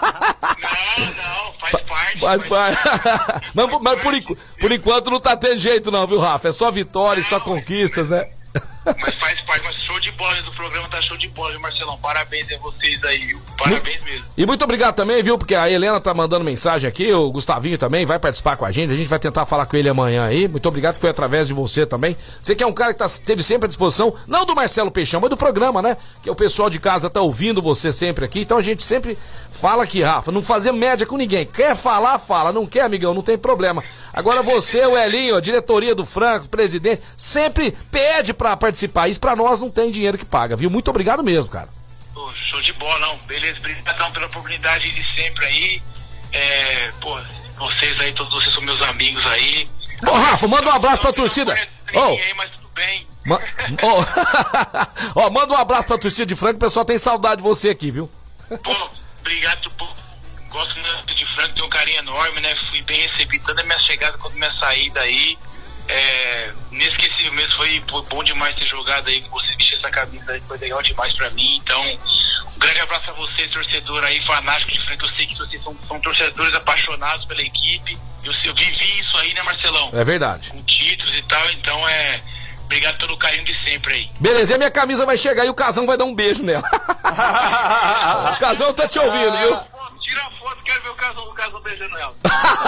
Não, faz parte. Mas por enquanto não tá tendo jeito não, viu, Rafa? É só vitória e só conquistas, né? Mas faz parte, mas show de bola. bola do programa, tá show de bola, viu, Marcelão? Parabéns a vocês aí, viu? Parabéns mesmo. E muito obrigado também, viu? Porque a Helena tá mandando mensagem aqui, o Gustavinho também vai participar com a gente vai tentar falar com ele amanhã aí. Muito obrigado, foi através de você também. Você que é um cara que esteve sempre à disposição, não do Marcelo Peixão, mas do programa, né? Que o pessoal de casa tá ouvindo você sempre aqui, então a gente sempre fala aqui, Rafa, não fazer média com ninguém. Quer falar, fala. Não quer, amigão, não tem problema. Agora você, o Elinho, a diretoria do Franco, o presidente, sempre pede pra participar. Isso pra nós não tem dinheiro que paga, viu? Muito obrigado mesmo, cara. Pô, show de bola, não. Beleza, obrigadão pela oportunidade de sempre aí. Vocês aí, todos vocês são meus amigos aí. Ô, Rafa, manda um abraço pra torcida. Aí, mas tudo bem. Manda um abraço pra torcida de Franco, o pessoal tem saudade de você aqui, viu? Pô, obrigado, pô. Gosto muito de Franco, tenho um carinho enorme, né? Fui bem recebido, tanto a minha chegada quanto a minha saída aí. Inesquecível mesmo, foi bom demais ter jogado aí com você, vestir essa camisa aí, foi legal demais pra mim. Então, um grande abraço a vocês, torcedor aí, fanático de Franco. Eu sei que vocês são torcedores apaixonados pela equipe. Eu vivi isso aí, né, Marcelão? É verdade. Com títulos e tal, então obrigado pelo carinho de sempre aí. Beleza, e a minha camisa vai chegar e o Casão vai dar um beijo nela. O Casão tá te ouvindo, viu? Tira a foto, quero ver o Casão beijando ela.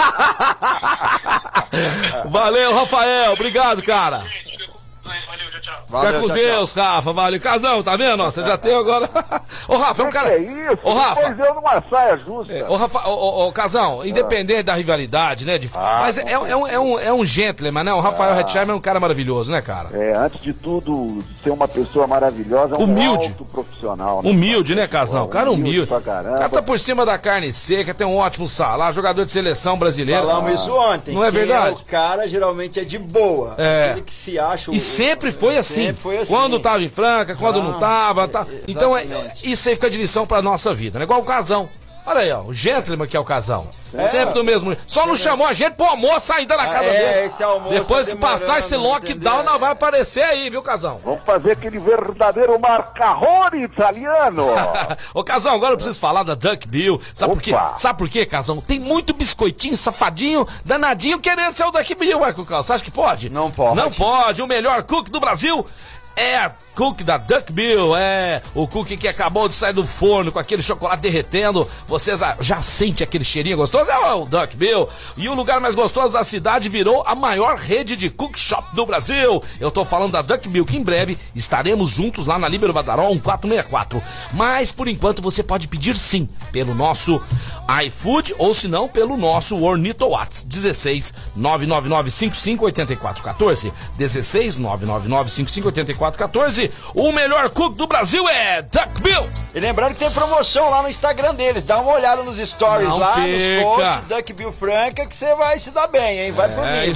Valeu, Rafael, obrigado, cara. Valeu, tchau, tchau. Fica com Deus, Rafa, valeu. Casão, tá vendo? Você já tem agora. Ô, Rafa, é um cara. Que é isso? Ô, Rafa. Depois eu numa saia justa. Ô, Rafa, ô, Casão, independente da rivalidade, né? Mas é um gentleman, né? O Rafael Hetzheimer é um cara maravilhoso, né, cara? Antes de tudo, ser uma pessoa maravilhosa, humilde. Alto profissional. Né? Humilde, né, Casão? O cara humilde. Pra caramba. O cara tá por cima da carne seca, tem um ótimo salário, jogador de seleção brasileira. Falamos isso ontem. Não é verdade? O cara geralmente é de boa. Aquele que se acha. E sempre foi assim. Sempre foi assim. Quando tava em Franca, quando não tava. Tá. Então, isso aí fica de lição pra nossa vida, né? Igual o Casão. Olha aí, ó, o gentleman que é o Casão. Sempre do mesmo. Só não chamou a gente pro almoço ainda na casa dele. Esse almoço depois que passar esse lockdown, não vai aparecer aí, viu, Casão? Vamos fazer aquele verdadeiro marcarone italiano. Ô, Casão, agora eu preciso falar da Duck Bill. Sabe por quê? Sabe por quê, Casão? Tem muito biscoitinho, safadinho, danadinho querendo ser o Duck Bill, Marco Cal. Você acha que pode? Não pode. Não pode. O melhor cookie do Brasil é a cookie da Duck Bill, o cookie que acabou de sair do forno com aquele chocolate derretendo, vocês já sentem aquele cheirinho gostoso, é o Duck Bill. E o lugar mais gostoso da cidade virou a maior rede de cook shop do Brasil. Eu tô falando da Duck Bill, que em breve estaremos juntos lá na Líbero Badaró 1464. Mas por enquanto você pode pedir sim pelo nosso iFood ou se não pelo nosso Ornito Whats 16 999 55 84 14 16 999 55 84 14. O melhor cook do Brasil é Duck Bill. E lembrando que tem promoção lá no Instagram deles. Dá uma olhada nos stories não lá, perca. nos posts Duck Bill Franca, que você vai se dar bem, hein? Vai por mim,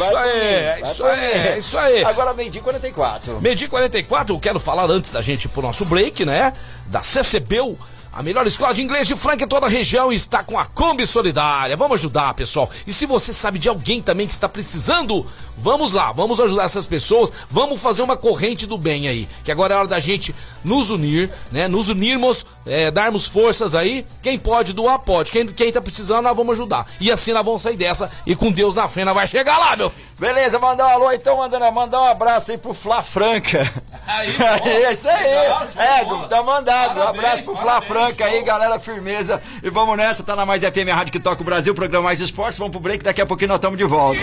É isso aí. Agora, meio-dia 44. Meio-dia 44, eu quero falar antes da gente ir pro nosso break, né? Da CCBU. A melhor escola de inglês de Franca em toda a região está com a Kombi Solidária. Vamos ajudar, pessoal. E se você sabe de alguém também que está precisando, vamos lá, vamos ajudar essas pessoas. Vamos fazer uma corrente do bem aí. Que agora é hora da gente nos unir, né? Nos unirmos, darmos forças aí. Quem pode doar, pode. Quem tá precisando, nós vamos ajudar. E assim nós vamos sair dessa. E com Deus na frente, nós vai chegar lá, meu filho. Beleza, mandar um alô então, mandar um abraço aí pro Flá Franca. É isso aí. Tá mandado. Um abraço pro Flá Franca aí, galera, firmeza. E vamos nessa, tá na Mais FM, a rádio que toca o Brasil, programa Mais Esportes. Vamos pro break, daqui a pouquinho nós estamos de volta.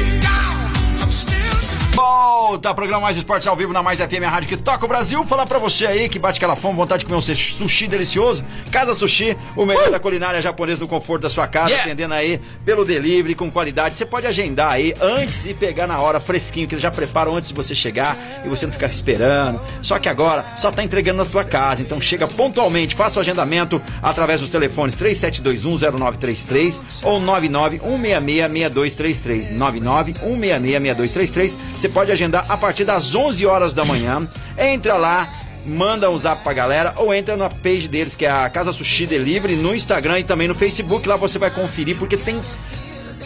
Volta, programa Mais Esportes ao vivo na Mais FM, a rádio que toca o Brasil. Falar pra você aí que bate aquela fome, vontade de comer um sushi delicioso. Casa Sushi, o melhor da culinária japonesa no conforto da sua casa, atendendo aí pelo delivery com qualidade. Você pode agendar aí antes e pegar na hora fresquinho, que eles já preparam antes de você chegar e você não ficar esperando. Só que agora só tá entregando na sua casa, então chega pontualmente, faça o agendamento através dos telefones 37210933 ou 991666233 991666233. Você pode agendar a partir das 11 horas da manhã. Entra lá, manda um zap pra galera ou entra na page deles, que é a Casa Sushi Delivery, no Instagram e também no Facebook. Lá você vai conferir, porque tem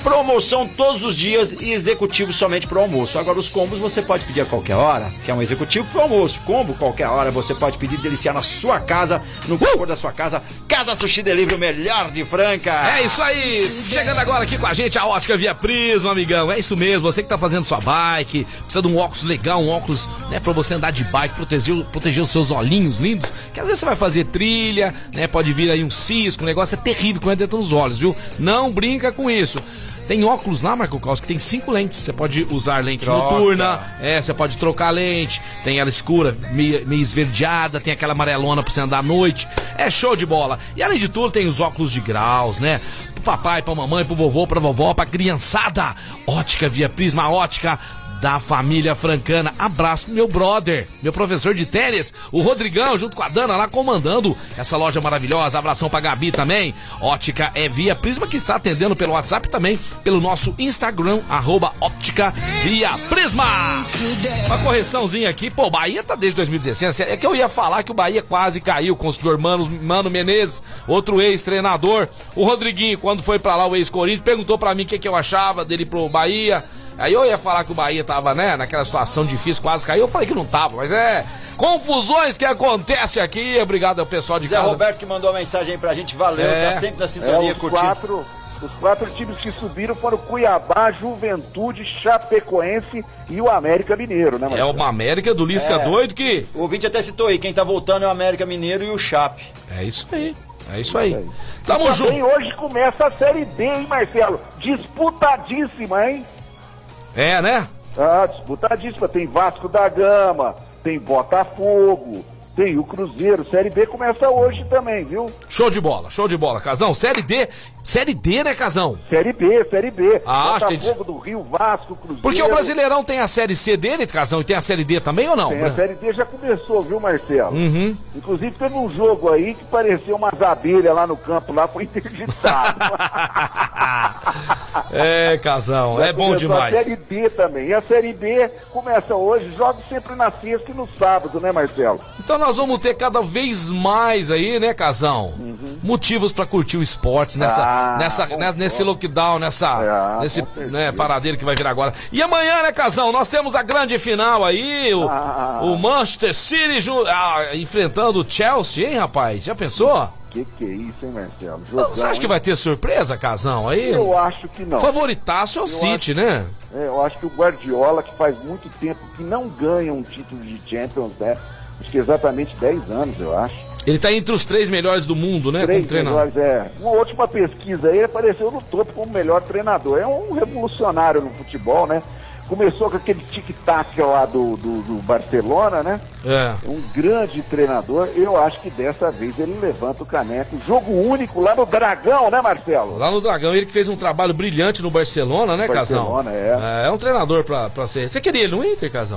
Promoção todos os dias e executivo somente pro almoço. Agora os combos você pode pedir a qualquer hora. Quer um executivo pro almoço? Combo qualquer hora você pode pedir, deliciar na sua casa, no conforto da sua casa. Casa Sushi Delivery, o melhor de Franca. É isso aí. Chegando agora aqui com a gente a Ótica Via Prisma, amigão. É isso mesmo. Você que tá fazendo sua bike, precisa de um óculos legal, um óculos, né, pra você andar de bike, proteger os seus olhinhos lindos. Que às vezes você vai fazer trilha, né? Pode vir aí um cisco, o negócio é terrível quando entra nos olhos, viu? Não brinca com isso. Tem óculos lá, Marco Caos, que tem 5 lentes. Você pode usar lente noturna, você pode trocar lente. Tem ela escura, meio esverdeada, tem aquela amarelona pra você andar à noite. É show de bola. E além de tudo, tem os óculos de graus, né? Pro papai, pra mamãe, pro vovô, pra vovó, pra criançada. Ótica Via Prisma, ótica da família francana. Abraço pro meu brother, meu professor de tênis, o Rodrigão, junto com a Dana lá comandando essa loja maravilhosa. Abração pra Gabi também. Ótica é Via Prisma, que está atendendo pelo WhatsApp também, pelo nosso Instagram, @Ótica Via Prisma. Uma correçãozinha aqui, pô, o Bahia tá desde 2016, é que eu ia falar que o Bahia quase caiu com o senhor Mano Menezes, outro ex-treinador. O Rodriguinho, quando foi pra lá, o ex-Corinthians, perguntou pra mim o que eu achava dele pro Bahia. Aí eu ia falar que o Bahia tava, né, naquela situação difícil, quase caiu. Eu falei que não tava, mas confusões que acontecem aqui. Obrigado ao pessoal de casa. Zé Roberto que mandou uma mensagem aí pra gente, valeu, tá sempre na sintonia curtindo. Os 4 times que subiram foram Cuiabá, Juventude, Chapecoense e o América Mineiro, né, Marcelo? É uma América do Lisca doido que... O ouvinte até citou aí, quem tá voltando é o América Mineiro e o Chape. É isso aí. É isso aí. Tamo junto. E hoje começa a Série B, hein, Marcelo? Disputadíssima, hein? É, né? Ah, disputadíssima. Tem Vasco da Gama, tem Botafogo, tem o Cruzeiro. Série B começa hoje também, viu? Show de bola, Casão. Série D, né, Casão? Série B. Ah, Botafogo do Rio, Vasco, Cruzeiro. Porque o Brasileirão tem a Série C dele, Casão, e tem a Série D também ou não? Tem, a Série D já começou, viu, Marcelo? Uhum. Inclusive teve um jogo aí que pareceu umas abelhas lá no campo, lá foi interditado. É, Casão, é bom demais. A Série D também. E a Série B começa hoje, joga sempre na sexta e no sábado, né, Marcelo? Então nós vamos ter cada vez mais aí, né, Casão? Motivos pra curtir o esporte nesse lockdown, nesse paradeiro que vai vir agora. E amanhã, né, Casão, nós temos a grande final aí, o Manchester City enfrentando o Chelsea, hein, rapaz? Já pensou? Que é isso, hein, Marcelo? Você acha que vai ter surpresa, Casão, aí? Eu acho que não. Favoritaço é o City, né? Eu acho que o Guardiola, que faz muito tempo que não ganha um título de Champions, né? Acho que exatamente 10 anos, eu acho. Ele tá entre os 3 melhores do mundo, né? 3 melhores, Uma última pesquisa aí, ele apareceu no topo como melhor treinador. É um revolucionário no futebol, né? Começou com aquele tic-tac lá do Barcelona, né? É. Um grande treinador. Eu acho que dessa vez ele levanta o caneco. Jogo único lá no Dragão, né, Marcelo? Lá no Dragão. Ele que fez um trabalho brilhante no Barcelona, né, Casão? Barcelona, é um treinador pra ser. Você queria ele no Inter, Casão?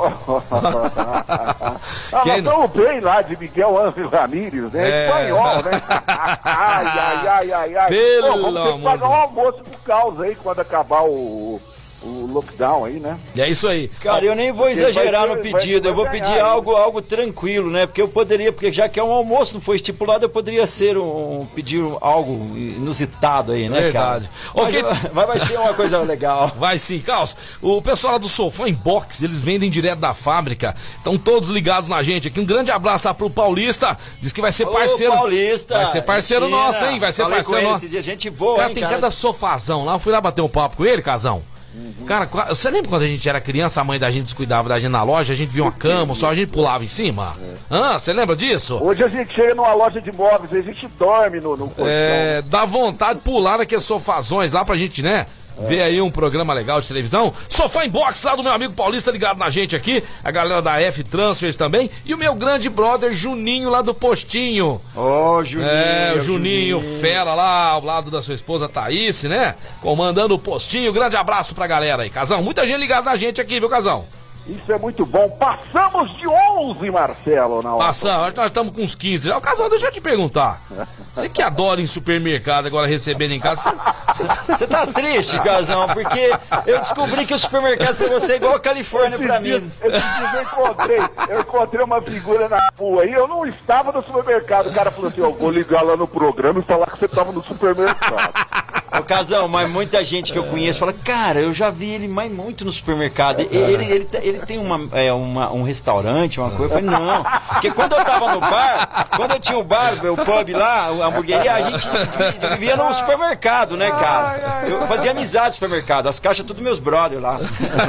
Nós estamos bem lá de Miguel Ángel Ramírez, né? Espanhol, né? ai. Pelo vamos ter que pagar um almoço por causa aí quando acabar o lockdown aí, né? E é isso aí. Cara, eu nem vou exagerar no pedido, eu vou pedir algo tranquilo, né? Porque eu poderia, porque já que é um almoço, não foi estipulado, eu poderia pedir algo inusitado aí, né, verdade. Cara? Okay. Vai ser uma coisa legal. Vai sim, Carlos. O pessoal lá do Sofá Inbox, eles vendem direto da fábrica, estão todos ligados na gente aqui. Um grande abraço lá pro Paulista, diz que vai ser parceiro. Paulista. Vai ser parceiro nosso, hein? Vai ser parceiro nosso. Esse dia, gente boa, cara, tem cada sofazão lá, eu fui lá bater um papo com ele, Casão. Cara, você lembra quando a gente era criança, a mãe da gente descuidava da gente na loja, a gente via uma cama, só a gente pulava em cima? Você lembra disso? Hoje a gente chega numa loja de móveis, a gente dorme no colchão. Dá vontade de pular naqueles sofazões lá pra gente, né? Ver aí um programa legal de televisão. Sofá Inbox lá do meu amigo Paulista ligado na gente aqui. A galera da F Transfers também. E o meu grande brother Juninho lá do Postinho. Juninho. O Juninho fera lá ao lado da sua esposa Thaís, né? Comandando o Postinho. Grande abraço pra galera aí, Casão. Muita gente ligada na gente aqui, viu, Casão? Isso é muito bom. Passamos de 11, Marcelo, na hora. Passamos, acho que nós estamos com uns 15 já. Casal, deixa eu te perguntar. Você que adora ir em supermercado agora recebendo em casa, você tá triste, Casão, porque eu descobri que o supermercado pra você é igual a Califórnia pra mim. Eu encontrei uma figura na rua aí, eu não estava no supermercado. O cara falou assim, vou ligar lá no programa e falar que você estava no supermercado. Ô, Casão, mas muita gente que eu conheço fala, cara, eu já vi ele mais muito no supermercado. Ele tem um restaurante, uma coisa. Eu falei, não. Porque quando eu tava no bar, quando eu tinha o bar, o pub lá, a hamburgueria, a gente vivia no supermercado, né, cara? Eu fazia amizade no supermercado, as caixas tudo meus brothers lá.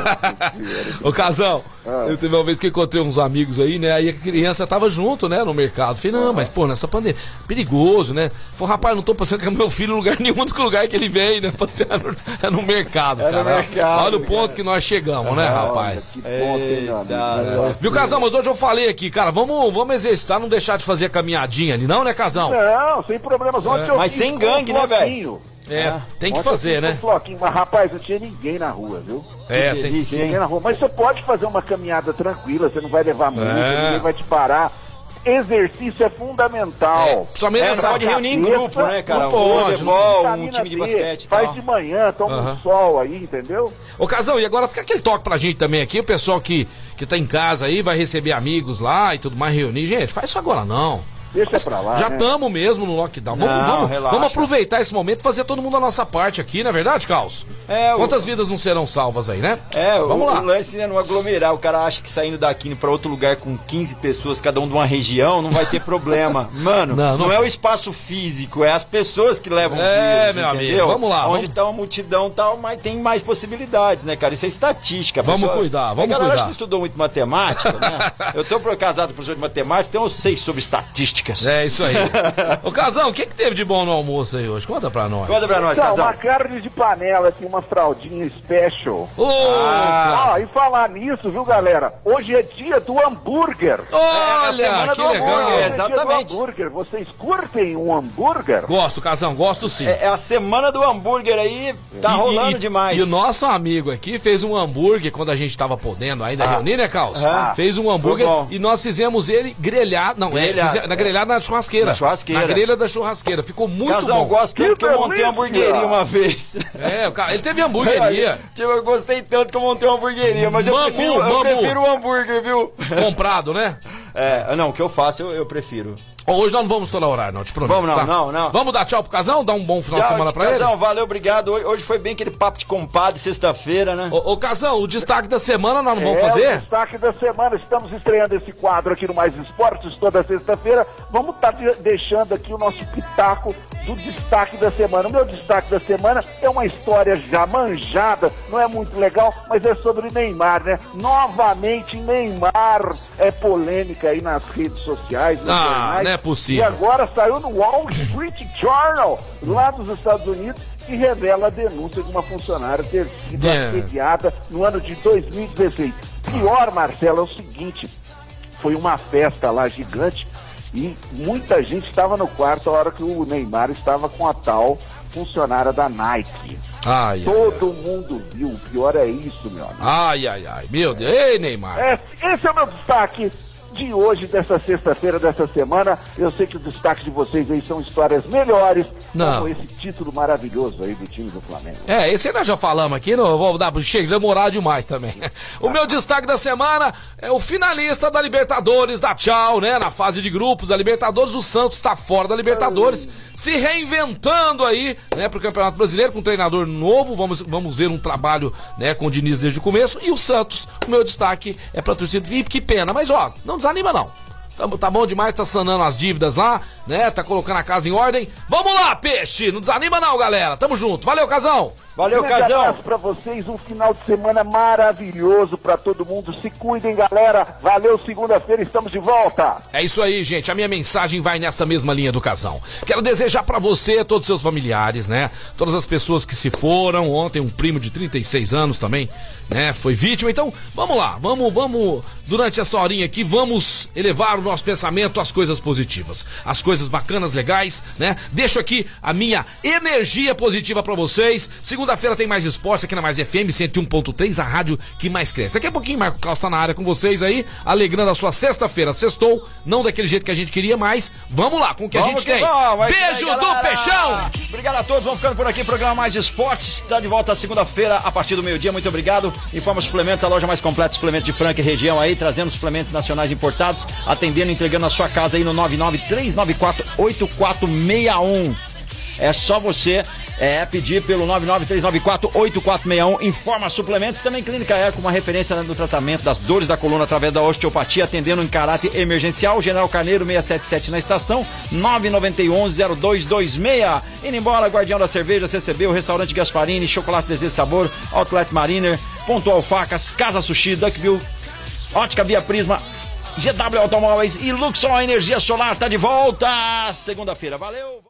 Ô, Casão, eu teve uma vez que eu encontrei uns amigos aí, né? Aí a criança tava junto, né, no mercado. Falei, não, mas pô, nessa pandemia, perigoso, né? Falei, rapaz, não tô passando com meu filho em lugar nenhum, único lugar que ele vem, né? Passear no mercado, cara. No mercado, olha o ponto que nós chegamos, né, rapaz? Que ponto, Viu, Casão, mas hoje eu falei aqui, cara, vamos exercitar, não deixar de fazer a caminhadinha ali, não, né, Casão? Não, sem problemas. Ontem eu mas fiz sem gangue, né, velho? Tem que fazer, né? Floquinho, mas rapaz, não tinha ninguém na rua, viu? Tem. Ninguém na rua. Mas você pode fazer uma caminhada tranquila, você não vai levar muito, ninguém vai te parar. Exercício é fundamental. Somente não pode reunir em grupo, né, cara? Não pode. Futebol, um time de basquete. Faz de manhã, toma um sol aí, entendeu? Ô, Casão, e agora fica aquele toque pra gente também aqui, o pessoal que tá em casa aí, vai receber amigos lá e tudo mais, reunir. Gente, faz isso agora não. Deixa pra lá, já né? estamos mesmo no lockdown. Vamos aproveitar esse momento e fazer todo mundo a nossa parte aqui, não é verdade, Carlos? Quantas vidas não serão salvas aí, né? Vamos lá. O lance é não aglomerar. O cara acha que saindo daqui indo pra outro lugar com 15 pessoas, cada um de uma região, não vai ter problema. Mano, não é o espaço físico, é as pessoas que levam o vírus, meu entendeu? amigo, vamos lá. Onde tá uma multidão e tal, mas tem mais possibilidades, né, cara? Isso é estatística. Vamos cuidar, vamos cuidar. A galera acho cuidar. que estudou muito matemática, né? Eu tô casado com professor de matemática, então eu sei sobre estatísticas. É isso aí. Ô, Casão, o que teve de bom no almoço aí hoje? Conta pra nós. Conta pra nós, Então, Casão. uma carne de panela aqui, uma fraldinha special. Ô, E falar nisso, viu, galera? Hoje é dia do hambúrguer. olha, a semana que do legal. hambúrguer, Hoje é exatamente. dia do hambúrguer. Vocês curtem um hambúrguer? Gosto, Casão, gosto sim. É a semana do hambúrguer aí, tá rolando demais. E o nosso amigo aqui fez um hambúrguer quando a gente tava podendo ainda reunir, né, Carlos? Fez um hambúrguer e nós fizemos ele grelhado. Não, na grelhada na churrasqueira. Na churrasqueira. Na grelha da churrasqueira. Ficou muito Casão, bom. gosto tanto que eu montei uma hamburgueria uma vez. Ele teve hamburgueria. Eu gostei tanto que eu montei uma hamburgueria, mas eu prefiro o hambúrguer, viu? Comprado, né? Não, o que eu faço eu prefiro. Hoje nós não vamos toda horário, não, te prometo. Vamos não. Vamos dar tchau pro Casão, dar um bom final de semana pra ele? Casão, valeu, obrigado. Hoje foi bem aquele papo de compadre, sexta-feira, né? Ô, Casão, o destaque da semana nós não vamos fazer? O destaque da semana, estamos estreando esse quadro aqui no Mais Esportes toda sexta-feira. Vamos estar deixando aqui o nosso pitaco do destaque da semana. O meu destaque da semana é uma história já manjada, não é muito legal, mas é sobre Neymar, né? Novamente Neymar é polêmica aí nas redes sociais, nos jornais. Não é possível. E agora saiu no Wall Street Journal, lá dos Estados Unidos, que revela a denúncia de uma funcionária ter sido assediada no ano de 2016. Pior, Marcelo, é o seguinte, foi uma festa lá gigante e muita gente estava no quarto a hora que o Neymar estava com a tal funcionária da Nike. Todo mundo viu, o pior é isso, meu amigo. Meu Deus, ei, Neymar. Esse é o meu destaque de hoje, dessa sexta-feira, dessa semana. Eu sei que o destaque de vocês aí são histórias melhores, como esse título maravilhoso aí do time do Flamengo. Esse aí nós já falamos aqui, não vou dar, chega, demorar demais também. O meu destaque da semana é o finalista da Libertadores, da Tchau, né, na fase de grupos da Libertadores. O Santos está fora da Libertadores, se reinventando aí, né, pro Campeonato Brasileiro, com um treinador novo. Vamos ver um trabalho, né, com o Diniz desde o começo. E o Santos, o meu destaque é pra torcida. Que pena, mas ó, não desanima não. Tá bom demais, tá sanando as dívidas lá, né? Tá colocando a casa em ordem. Vamos lá, peixe! Não desanima não, galera. Tamo junto. Valeu, Casão! Valeu, Casão! Um abraço pra vocês, um final de semana maravilhoso pra todo mundo. Se cuidem, galera. Valeu, segunda-feira estamos de volta. É isso aí, gente. A minha mensagem vai nessa mesma linha do Casão. Quero desejar pra você, todos os seus familiares, né? Todas as pessoas que se foram. Ontem um primo de 36 anos também, né? Foi vítima. Então, vamos lá. Vamos, durante essa horinha aqui, vamos elevar o nosso pensamento às coisas positivas. As coisas bacanas, legais, né? Deixo aqui a minha energia positiva pra vocês. Segunda-feira tem mais esporte aqui na Mais FM 101.3, a rádio que mais cresce. Daqui a pouquinho Marco Carlos tá na área com vocês aí, alegrando a sua sexta-feira. Sextou, não daquele jeito que a gente queria, mas vamos lá, com o que a gente tem. Beijo do Peixão! Obrigado a todos, vamos ficando por aqui, programa Mais Esportes, está de volta segunda-feira a partir do meio-dia, muito obrigado. Informa Suplementos, a loja mais completa de suplementos de Franca e região aí, trazendo suplementos nacionais importados, atendendo e entregando na sua casa aí no 993948461. É só você pedir pelo 993948461. Informa Suplementos. Também Clínica Eco, uma referência no tratamento das dores da coluna através da osteopatia, atendendo em caráter emergencial. General Carneiro 677 na estação, 991-0226. Indo embora, Guardião da Cerveja, CCB, o Restaurante Gasparini, Chocolate Desejo Sabor, Outlet Mariner, Pontual Facas, Casa Sushi, Duckville, Ótica Via Prisma, GW Automóveis e Luxor Energia Solar. Tá de volta segunda-feira. Valeu!